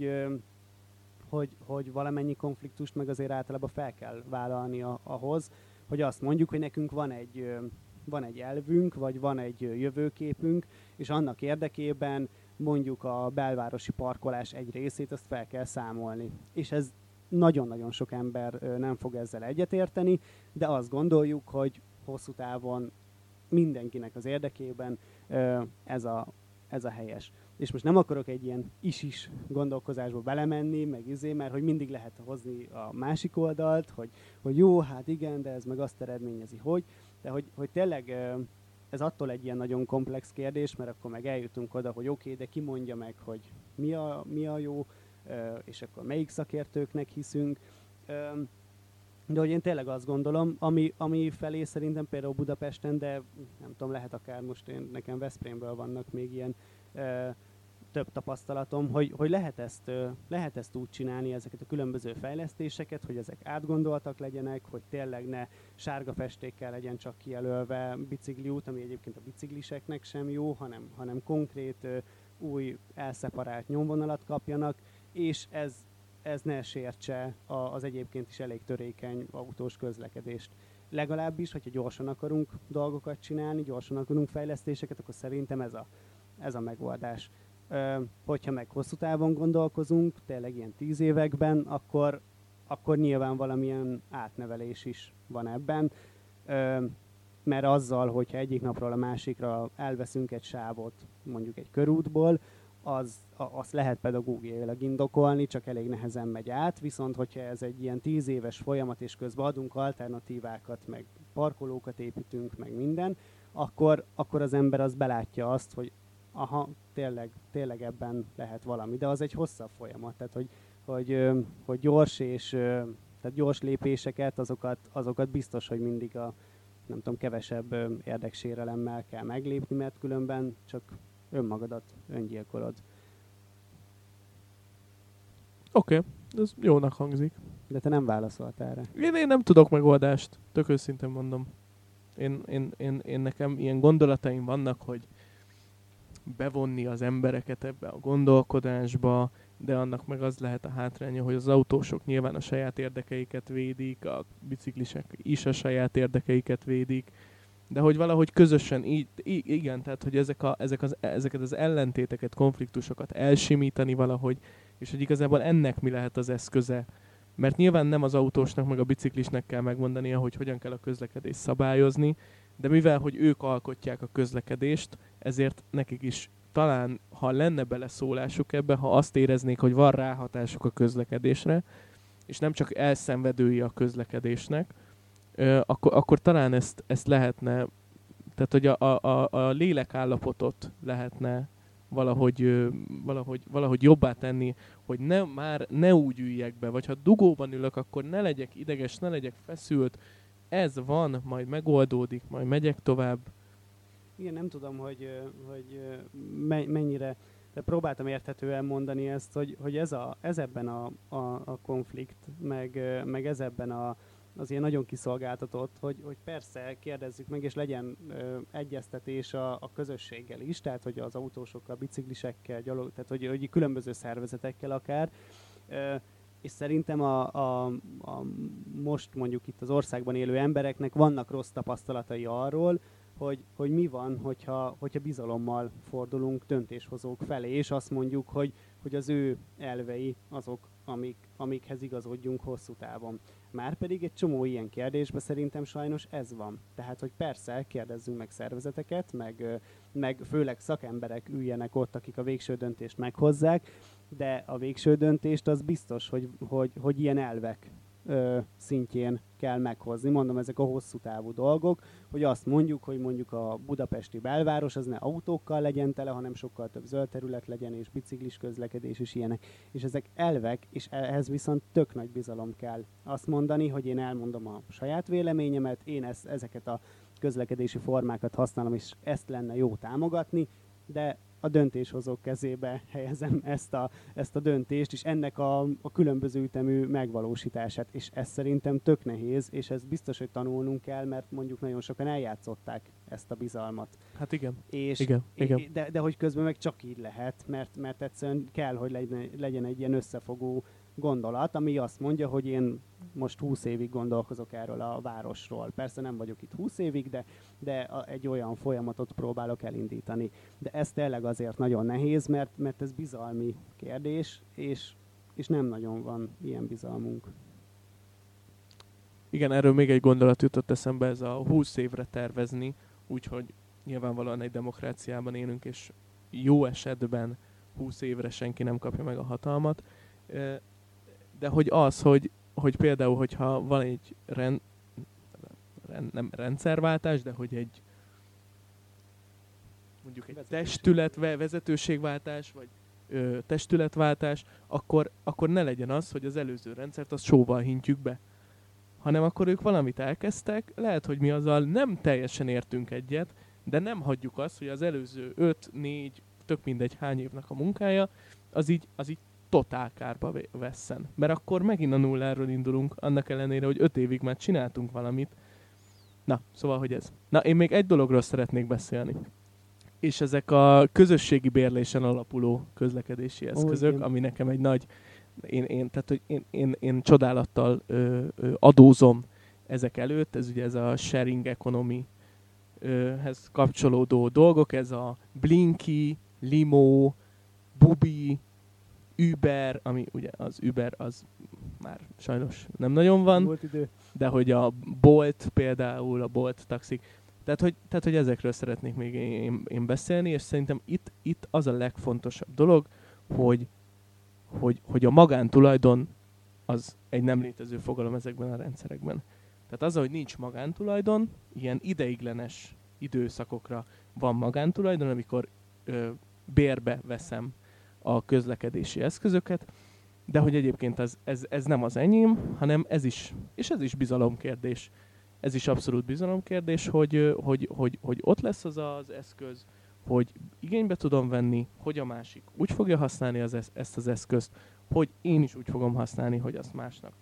hogy valamennyi konfliktust meg azért általában fel kell vállalni ahhoz, hogy azt mondjuk, hogy nekünk van egy elvünk, vagy van egy jövőképünk, és annak érdekében mondjuk a belvárosi parkolás egy részét azt fel kell számolni. És ez nagyon-nagyon sok ember nem fog ezzel egyetérteni, de azt gondoljuk, hogy hosszú távon mindenkinek az érdekében ez a helyes. És most nem akarok egy ilyen is gondolkozásba belemenni, mert hogy mindig lehet hozni a másik oldalt, hogy jó, hát igen, de ez meg azt eredményezi, de hogy tényleg ez attól egy ilyen nagyon komplex kérdés, mert akkor meg eljutunk oda, hogy oké, de ki mondja meg, hogy mi a jó, és akkor melyik szakértőknek hiszünk. De hogy én tényleg azt gondolom, ami felé szerintem például Budapesten, de nem tudom, lehet akár most nekem Veszprémből vannak még ilyen több tapasztalatom, hogy lehet ezt úgy csinálni, ezeket a különböző fejlesztéseket, hogy ezek átgondoltak legyenek, hogy tényleg ne sárga festékkel legyen csak kijelölve bicikliút, ami egyébként a bicikliseknek sem jó, hanem konkrét új elszeparált nyomvonalat kapjanak, és ez ne sértse az egyébként is elég törékeny autós közlekedést. Legalábbis, hogyha gyorsan akarunk dolgokat csinálni, gyorsan akarunk fejlesztéseket, akkor szerintem ez a megoldás. Hogyha meg hosszú távon gondolkozunk, tényleg ilyen 10 években, akkor nyilván valamilyen átnevelés is van ebben, mert azzal, hogyha egyik napról a másikra elveszünk egy sávot, mondjuk egy körútból, azt lehet pedagógiailag indokolni, csak elég nehezen megy át, viszont hogyha ez egy ilyen 10 éves folyamat, és közben adunk alternatívákat, meg parkolókat építünk, meg minden, akkor az ember az belátja azt, hogy aha, tényleg ebben lehet valami, de az egy hosszabb folyamat, tehát hogy gyors tehát gyors lépéseket, azokat biztos, hogy mindig nem tudom, kevesebb érdeksérelemmel kell meglépni, mert különben csak önmagadat öngyilkolod. Oké, ez jónak hangzik. De te nem válaszoltál erre. Én nem tudok megoldást, tök őszintén mondom. Én nekem ilyen gondolataim vannak, hogy bevonni az embereket ebbe a gondolkodásba, de annak meg az lehet a hátránya, hogy az autósok nyilván a saját érdekeiket védik, a biciklisek is a saját érdekeiket védik, de hogy valahogy közösen igen, tehát hogy ezeket az ellentéteket, konfliktusokat elsimítani valahogy, és hogy igazából ennek mi lehet az eszköze. Mert nyilván nem az autósnak meg a biciklisnek kell megmondania, hogy hogyan kell a közlekedést szabályozni, de mivel, hogy ők alkotják a közlekedést, ezért nekik is talán, ha lenne beleszólásuk ebbe, ha azt éreznék, hogy van ráhatásuk a közlekedésre, és nem csak elszenvedői a közlekedésnek, akkor talán ezt lehetne, tehát hogy a lélekállapotot lehetne valahogy jobbá tenni, hogy ne úgy üljek be, vagy ha dugóban ülök, akkor ne legyek ideges, ne legyek feszült, ez van, majd megoldódik, majd megyek tovább. Igen, nem tudom, hogy mennyire, de próbáltam érthetően mondani ezt, hogy ez ebben a konflikt, meg ez ebben az ilyen nagyon kiszolgáltatott, hogy persze kérdezzük meg, és legyen egyeztetés a közösséggel is, tehát hogy az autósokkal, biciklisekkel, tehát hogy különböző szervezetekkel akár, és szerintem a most mondjuk itt az országban élő embereknek vannak rossz tapasztalatai arról, hogy mi van, hogyha bizalommal fordulunk döntéshozók felé, és azt mondjuk, hogy az ő elvei azok, amikhez igazodjunk hosszú távon. Márpedig egy csomó ilyen kérdésben szerintem sajnos ez van. Tehát, hogy persze kérdezzünk meg szervezeteket, meg főleg szakemberek üljenek ott, akik a végső döntést meghozzák, de a végső döntést az biztos, hogy ilyen elvek szintjén kell meghozni. Mondom, ezek a hosszú távú dolgok, hogy azt mondjuk, hogy mondjuk a budapesti belváros az ne autókkal legyen tele, hanem sokkal több zöld terület legyen, és biciklis közlekedés és ilyenek. És ezek elvek, és ehhez viszont tök nagy bizalom kell. Azt mondani, hogy én elmondom a saját véleményemet, én ezeket a közlekedési formákat használom, és ezt lenne jó támogatni, de a döntéshozók kezébe helyezem ezt a döntést, és ennek a különböző ütemű megvalósítását. És ez szerintem tök nehéz, és ez biztos, hogy tanulnunk kell, mert mondjuk nagyon sokan eljátszották ezt a bizalmat. Hát igen. És igen. De hogy közben meg csak így lehet, mert egyszerűen kell, hogy legyen egy ilyen összefogó gondolat, ami azt mondja, hogy én most 20 évig gondolkozok erről a városról. Persze nem vagyok itt 20 évig, de egy olyan folyamatot próbálok elindítani. De ez tényleg azért nagyon nehéz, mert ez bizalmi kérdés, és nem nagyon van ilyen bizalmunk. Igen, erről még egy gondolat jutott eszembe, ez a 20 évre tervezni, úgyhogy nyilvánvalóan egy demokráciában élünk, és jó esetben 20 évre senki nem kapja meg a hatalmat. De hogy az, hogy például, hogyha van egy nem rendszerváltás, de hogy egy mondjuk egy testület, vezetőségváltás, vagy testületváltás, akkor ne legyen az, hogy az előző rendszert azt sóval hintjük be. Hanem akkor ők valamit elkezdtek, lehet, hogy mi azzal nem teljesen értünk egyet, de nem hagyjuk azt, hogy az előző 5-4, tök mindegy hány évnek a munkája, az így totál kárba vesszen. Mert akkor megint a nulláról indulunk, annak ellenére, hogy 5 évig már csináltunk valamit. Na, szóval, hogy ez. Na, én még egy dologról szeretnék beszélni. És ezek a közösségi bérlésen alapuló közlekedési eszközök, ami nekem egy nagy... Én csodálattal adózom ezek előtt, ez ugye ez a sharing economy-hez kapcsolódó dolgok, ez a Blinky, Limo, Bubi, Uber, ami ugye az Uber az már sajnos nem nagyon van, de hogy a Bolt például, a Bolt taxik, tehát hogy ezekről szeretnék még én beszélni, és szerintem itt az a legfontosabb dolog, hogy a magántulajdon az egy nem létező fogalom ezekben a rendszerekben. Tehát az, hogy nincs magántulajdon, ilyen ideiglenes időszakokra van magántulajdon, amikor bérbe veszem a közlekedési eszközöket, de hogy egyébként ez nem az enyém, hanem ez is bizalomkérdés. Ez is abszolút bizalomkérdés, hogy ott lesz az eszköz, hogy igénybe tudom venni, hogy a másik úgy fogja használni ezt az eszközt, hogy én is úgy fogom használni, hogy azt másnak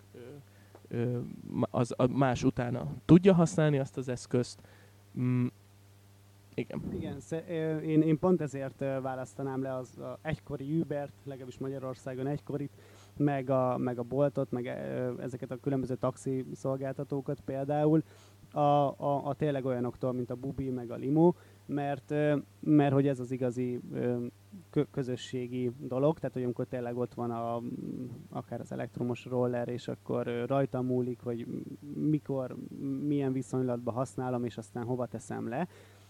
más utána tudja használni azt az eszközt. Igen. Igen, én pont ezért választanám le az egykori Ubert, legalábbis Magyarországon egykorit, meg a Boltot, meg ezeket a különböző taxi szolgáltatókat például, a tényleg olyanoktól, mint a Bubi, meg a Limo, mert hogy ez az igazi közösségi dolog, tehát hogy amikor tényleg ott van akár az elektromos roller, és akkor rajta múlik, hogy mikor, milyen viszonylatban használom, és aztán hova teszem le.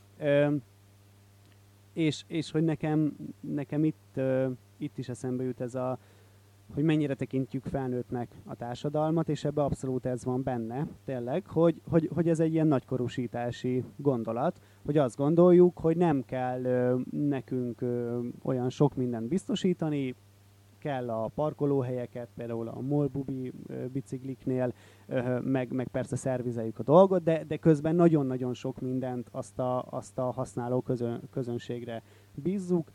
És hogy nekem itt is eszembe jut ez hogy mennyire tekintjük felnőttnek a társadalmat, és ebbe abszolút ez van benne, tényleg, hogy ez egy ilyen nagykorúsítási gondolat, hogy azt gondoljuk, hogy nem kell nekünk olyan sok mindent biztosítani, kell a parkolóhelyeket, például a MOL-Bubi bicikliknél, meg persze szervizeljük a dolgot, de közben nagyon-nagyon sok mindent azt a használó közönségre bízzuk,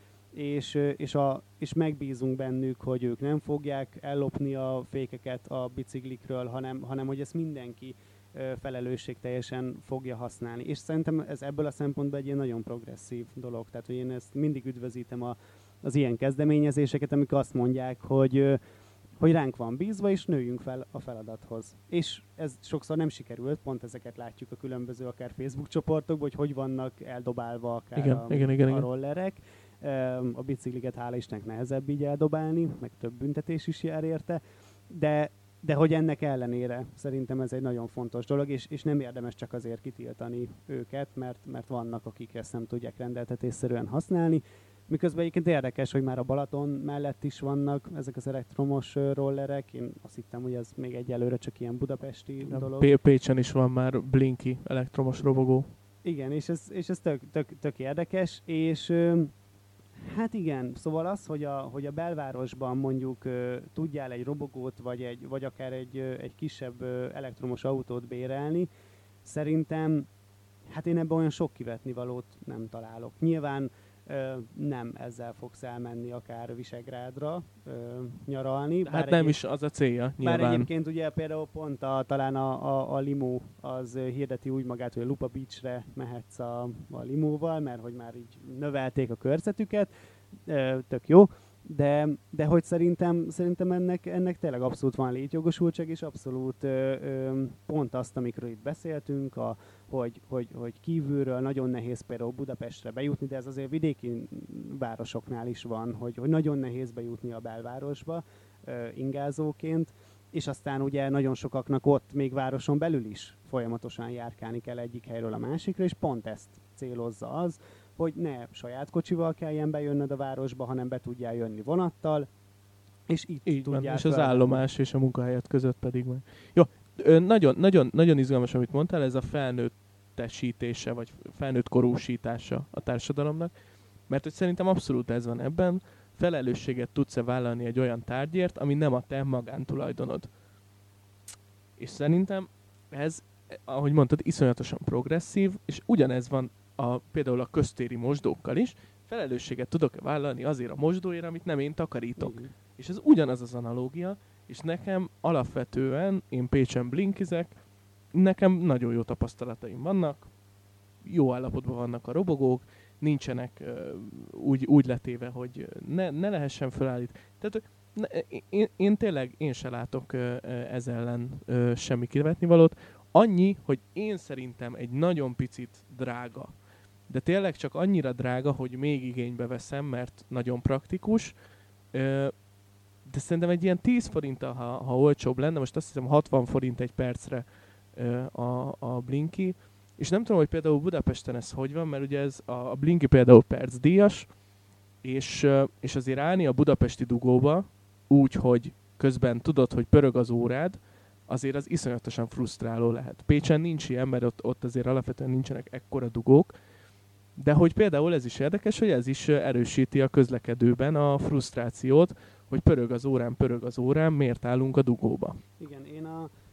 és megbízunk bennük, hogy ők nem fogják ellopni a fékeket a biciklikről, hanem hogy ezt mindenki felelősségteljesen fogja használni. És szerintem ez ebből a szempontból egy ilyen nagyon progresszív dolog. Tehát, hogy én ezt mindig üdvözítem az ilyen kezdeményezéseket, amikor azt mondják, hogy ránk van bízva, és nőjünk fel a feladathoz. És ez sokszor nem sikerült, pont ezeket látjuk a különböző akár Facebook csoportokban, hogy vannak eldobálva akár a rollerek. A bicikliket hála Istennek nehezebb így eldobálni, meg több büntetés is jár érte, de hogy ennek ellenére szerintem ez egy nagyon fontos dolog, és nem érdemes csak azért kitiltani őket, mert vannak, akik ezt nem tudják rendeltetésszerűen használni. Miközben egyébként érdekes, hogy már a Balaton mellett is vannak ezek az elektromos rollerek. Én azt hittem, hogy ez még egyelőre csak ilyen budapesti dolog. Pécsen is van már Blinky elektromos robogó. Igen, és ez tök érdekes, és hát igen, szóval az, hogy a belvárosban mondjuk tudjál egy robogót, vagy akár egy kisebb elektromos autót bérelni, szerintem hát én ebben olyan sok kivetnivalót nem találok. Nyilván nem ezzel fogsz elmenni akár Visegrádra nyaralni. Hát nem is az a célja, nyilván. Bár egyébként ugye például pont talán a Limo az hirdeti úgy magát, hogy a Lupa Beachre mehetsz a limóval, mert hogy már így növelték a körzetüket, tök jó. De hogy szerintem ennek tényleg abszolút van létjogosultság, és abszolút pont azt, amikről itt beszéltünk, hogy kívülről nagyon nehéz például Budapestre bejutni, de ez azért vidéki városoknál is van, hogy nagyon nehéz bejutni a belvárosba ingázóként, és aztán ugye nagyon sokaknak ott még városon belül is folyamatosan járkálni kell egyik helyről a másikra, és pont ezt célozza az, hogy ne saját kocsival kelljen bejönnöd a városba, hanem be tudjál jönni vonattal, és így tudják. És az állomás és a munkahelyet között pedig meg. Jó, nagyon izgalmas, amit mondtál, ez a felnőttesítése, vagy felnőtt korúsítása a társadalomnak, mert hogy szerintem abszolút ez van ebben, felelősséget tudsz-e vállalni egy olyan tárgyért, ami nem a te magántulajdonod. És szerintem ez, ahogy mondtad, iszonyatosan progresszív, és ugyanez van például a köztéri mosdókkal is, felelősséget tudok vállalni azért a mosdóért, amit nem én takarítok. És ez ugyanaz az analógia, és nekem alapvetően, én Pécsen blinkizek, nekem nagyon jó tapasztalataim vannak, jó állapotban vannak a robogók, nincsenek úgy letéve, hogy ne lehessen felállítani. Tehát én se látok ez ellen semmi kivetnivalót. Annyi, hogy én szerintem egy nagyon picit drága, de tényleg csak annyira drága, hogy még igénybe veszem, mert nagyon praktikus, de szerintem egy ilyen 10 forinttal, ha olcsóbb lenne, most azt hiszem 60 forint egy percre a Blinky, és nem tudom, hogy például Budapesten ez hogy van, mert ugye ez a Blinky például percdíjas, és azért állni a budapesti dugóba úgy, hogy közben tudod, hogy pörög az órád, azért az iszonyatosan frusztráló lehet. Pécsen nincs ilyen, mert ott azért alapvetően nincsenek ekkora dugók, De hogy például ez is érdekes, hogy ez is erősíti a közlekedőben a frusztrációt, hogy pörög az órán, miért állunk a dugóba. Igen, én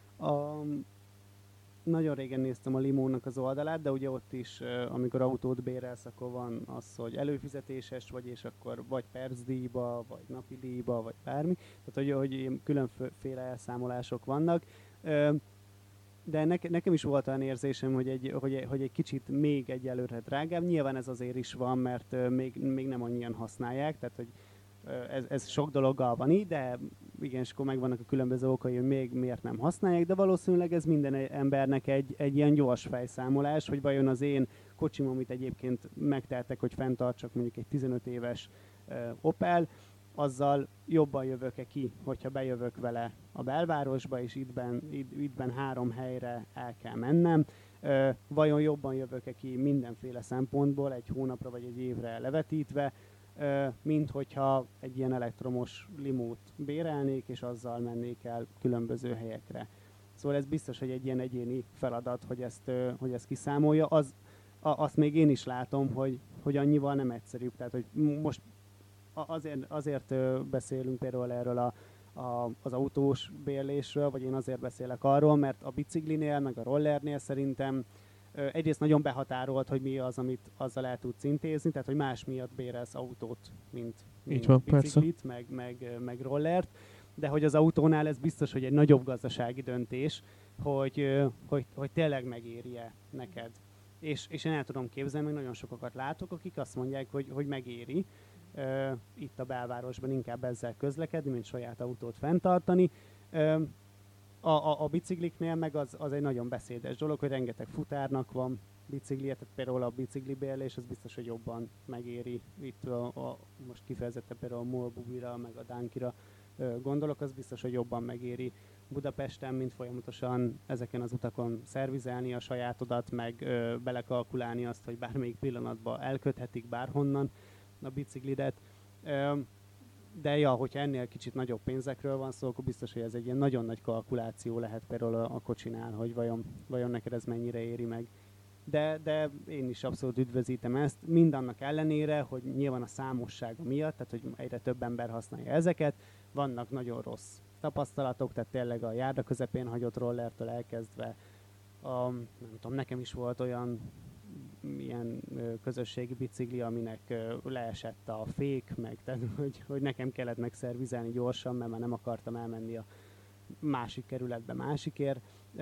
nagyon régen néztem a Limónak az oldalát, de ugye ott is, amikor autót bérelsz, akkor van az, hogy előfizetéses vagy, és akkor vagy percdíjba, vagy napi díjba, vagy bármi. Tehát, hogy különféle elszámolások vannak. De nekem is volt olyan érzésem, hogy egy kicsit még egyelőre drágább. Nyilván ez azért is van, mert még nem annyian használják, tehát hogy ez sok dologgal van így, de igen, és akkor megvannak a különböző okai, hogy még miért nem használják, de valószínűleg ez minden embernek egy ilyen gyors fejszámolás, hogy vajon az én kocsim, amit egyébként megtehetek, hogy fenntartsak mondjuk egy 15 éves Opel, azzal jobban jövök-e ki, hogyha bejövök vele a belvárosba, és ittben 3 helyre el kell mennem. Vajon jobban jövök-e ki mindenféle szempontból, egy hónapra vagy egy évre levetítve, mint hogyha egy ilyen elektromos limót bérelnék, és azzal mennék el különböző helyekre. Szóval ez biztos, hogy egy ilyen egyéni feladat, hogy ezt kiszámolja. Azt még én is látom, hogy annyival nem egyszerűbb. Tehát, hogy most azért beszélünk például erről az autós bérlésről, vagy én azért beszélek arról, mert a biciklinél, meg a rollernél szerintem egyrészt nagyon behatárolt, hogy mi az, amit azzal el tudsz intézni, tehát hogy más miatt bérelsz autót, mint biciklit, meg rollert, de hogy az autónál ez biztos, hogy egy nagyobb gazdasági döntés, hogy tényleg megéri-e neked. És én el tudom képzelni, meg nagyon sokakat látok, akik azt mondják, hogy megéri itt a belvárosban inkább ezzel közlekedni, mint saját autót fenntartani. A bicikliknél meg az egy nagyon beszédes dolog, hogy rengeteg futárnak van biciklije, tehát például a biciklibérlés, az biztos, hogy jobban megéri. Itt most kifejezetten például a Molbubira, meg a Dunkira gondolok, az biztos, hogy jobban megéri Budapesten, mint folyamatosan ezeken az utakon szervizelni a sajátodat, meg belekalkulálni azt, hogy bármelyik pillanatban elköthetik bárhonnan a biciklidet. De ja, hogyha ennél kicsit nagyobb pénzekről van szó, akkor biztos, hogy ez egy ilyen nagyon nagy kalkuláció lehet például a kocsinál, hogy vajon neked ez mennyire éri meg. De én is abszolút üdvözítem ezt, mindannak ellenére, hogy nyilván a számossága miatt, tehát hogy egyre több ember használja ezeket, vannak nagyon rossz tapasztalatok, tehát tényleg a járda közepén hagyott rollertől elkezdve, nem tudom, nekem is volt olyan ilyen közösségi bicikli, aminek leesett a fék, meg tehát, hogy nekem kellett megszervizelni gyorsan, mert már nem akartam elmenni a másik kerületbe másikért,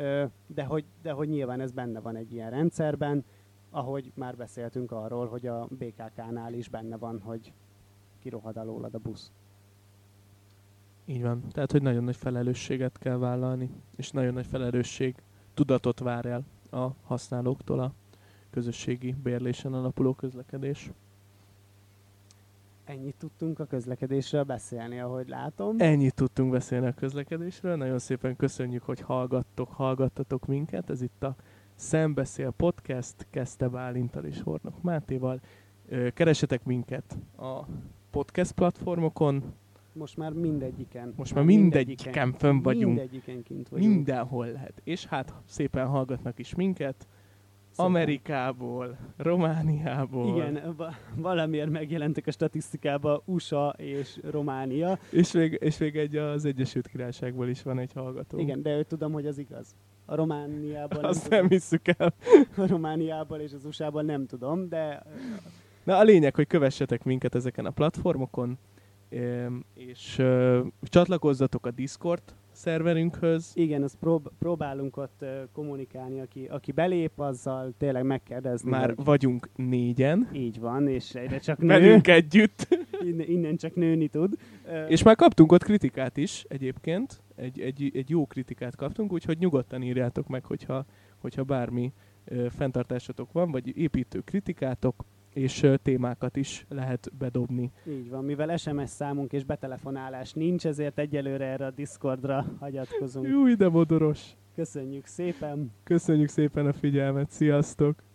de hogy nyilván ez benne van egy ilyen rendszerben, ahogy már beszéltünk arról, hogy a BKK-nál is benne van, hogy kirohad alólad a busz. Így van. Tehát, hogy nagyon nagy felelősséget kell vállalni, és nagyon nagy felelősség tudatot vár el a használóktól a közösségi bérlésen alapuló közlekedés. Ennyit tudtunk a közlekedésről beszélni, ahogy látom. Ennyit tudtunk beszélni a közlekedésről. Nagyon szépen köszönjük, hogy hallgattatok minket. Ez itt a Szembeszél Podcast, Keszte Bálinttal és Hornok Mátéval. Keressetek minket a podcast platformokon. Most már mindegyiken. Mindegyiken fönn vagyunk. Mindegyiken kint vagyunk. Mindenhol lehet. És hát szépen hallgatnak is minket. Amerikából, Romániából. Igen, valamiért megjelentek a statisztikában USA és Románia. És még az Egyesült Királyságból is van egy hallgató. Igen, de tudom, hogy az igaz. A Romániából azt nem hisszük el. A Romániából és az USA-ból nem tudom, de... Na a lényeg, hogy kövessetek minket ezeken a platformokon, és csatlakozzatok a Discord szerverünkhöz. Igen, azt próbálunk ott kommunikálni, aki belép, azzal tényleg megkérdezni. Már vagyunk 4-en. Így van, és egyre csak nő. Velünk együtt. Innen csak nőni tud. És már kaptunk ott kritikát is egyébként. Egy jó kritikát kaptunk, úgyhogy nyugodtan írjátok meg, hogyha bármi fenntartásatok van, vagy építő kritikátok, és témákat is lehet bedobni. Így van, mivel SMS számunk és betelefonálás nincs, ezért egyelőre erre a Discordra hagyatkozunk. Jó, de modoros! Köszönjük szépen! Köszönjük szépen a figyelmet, sziasztok!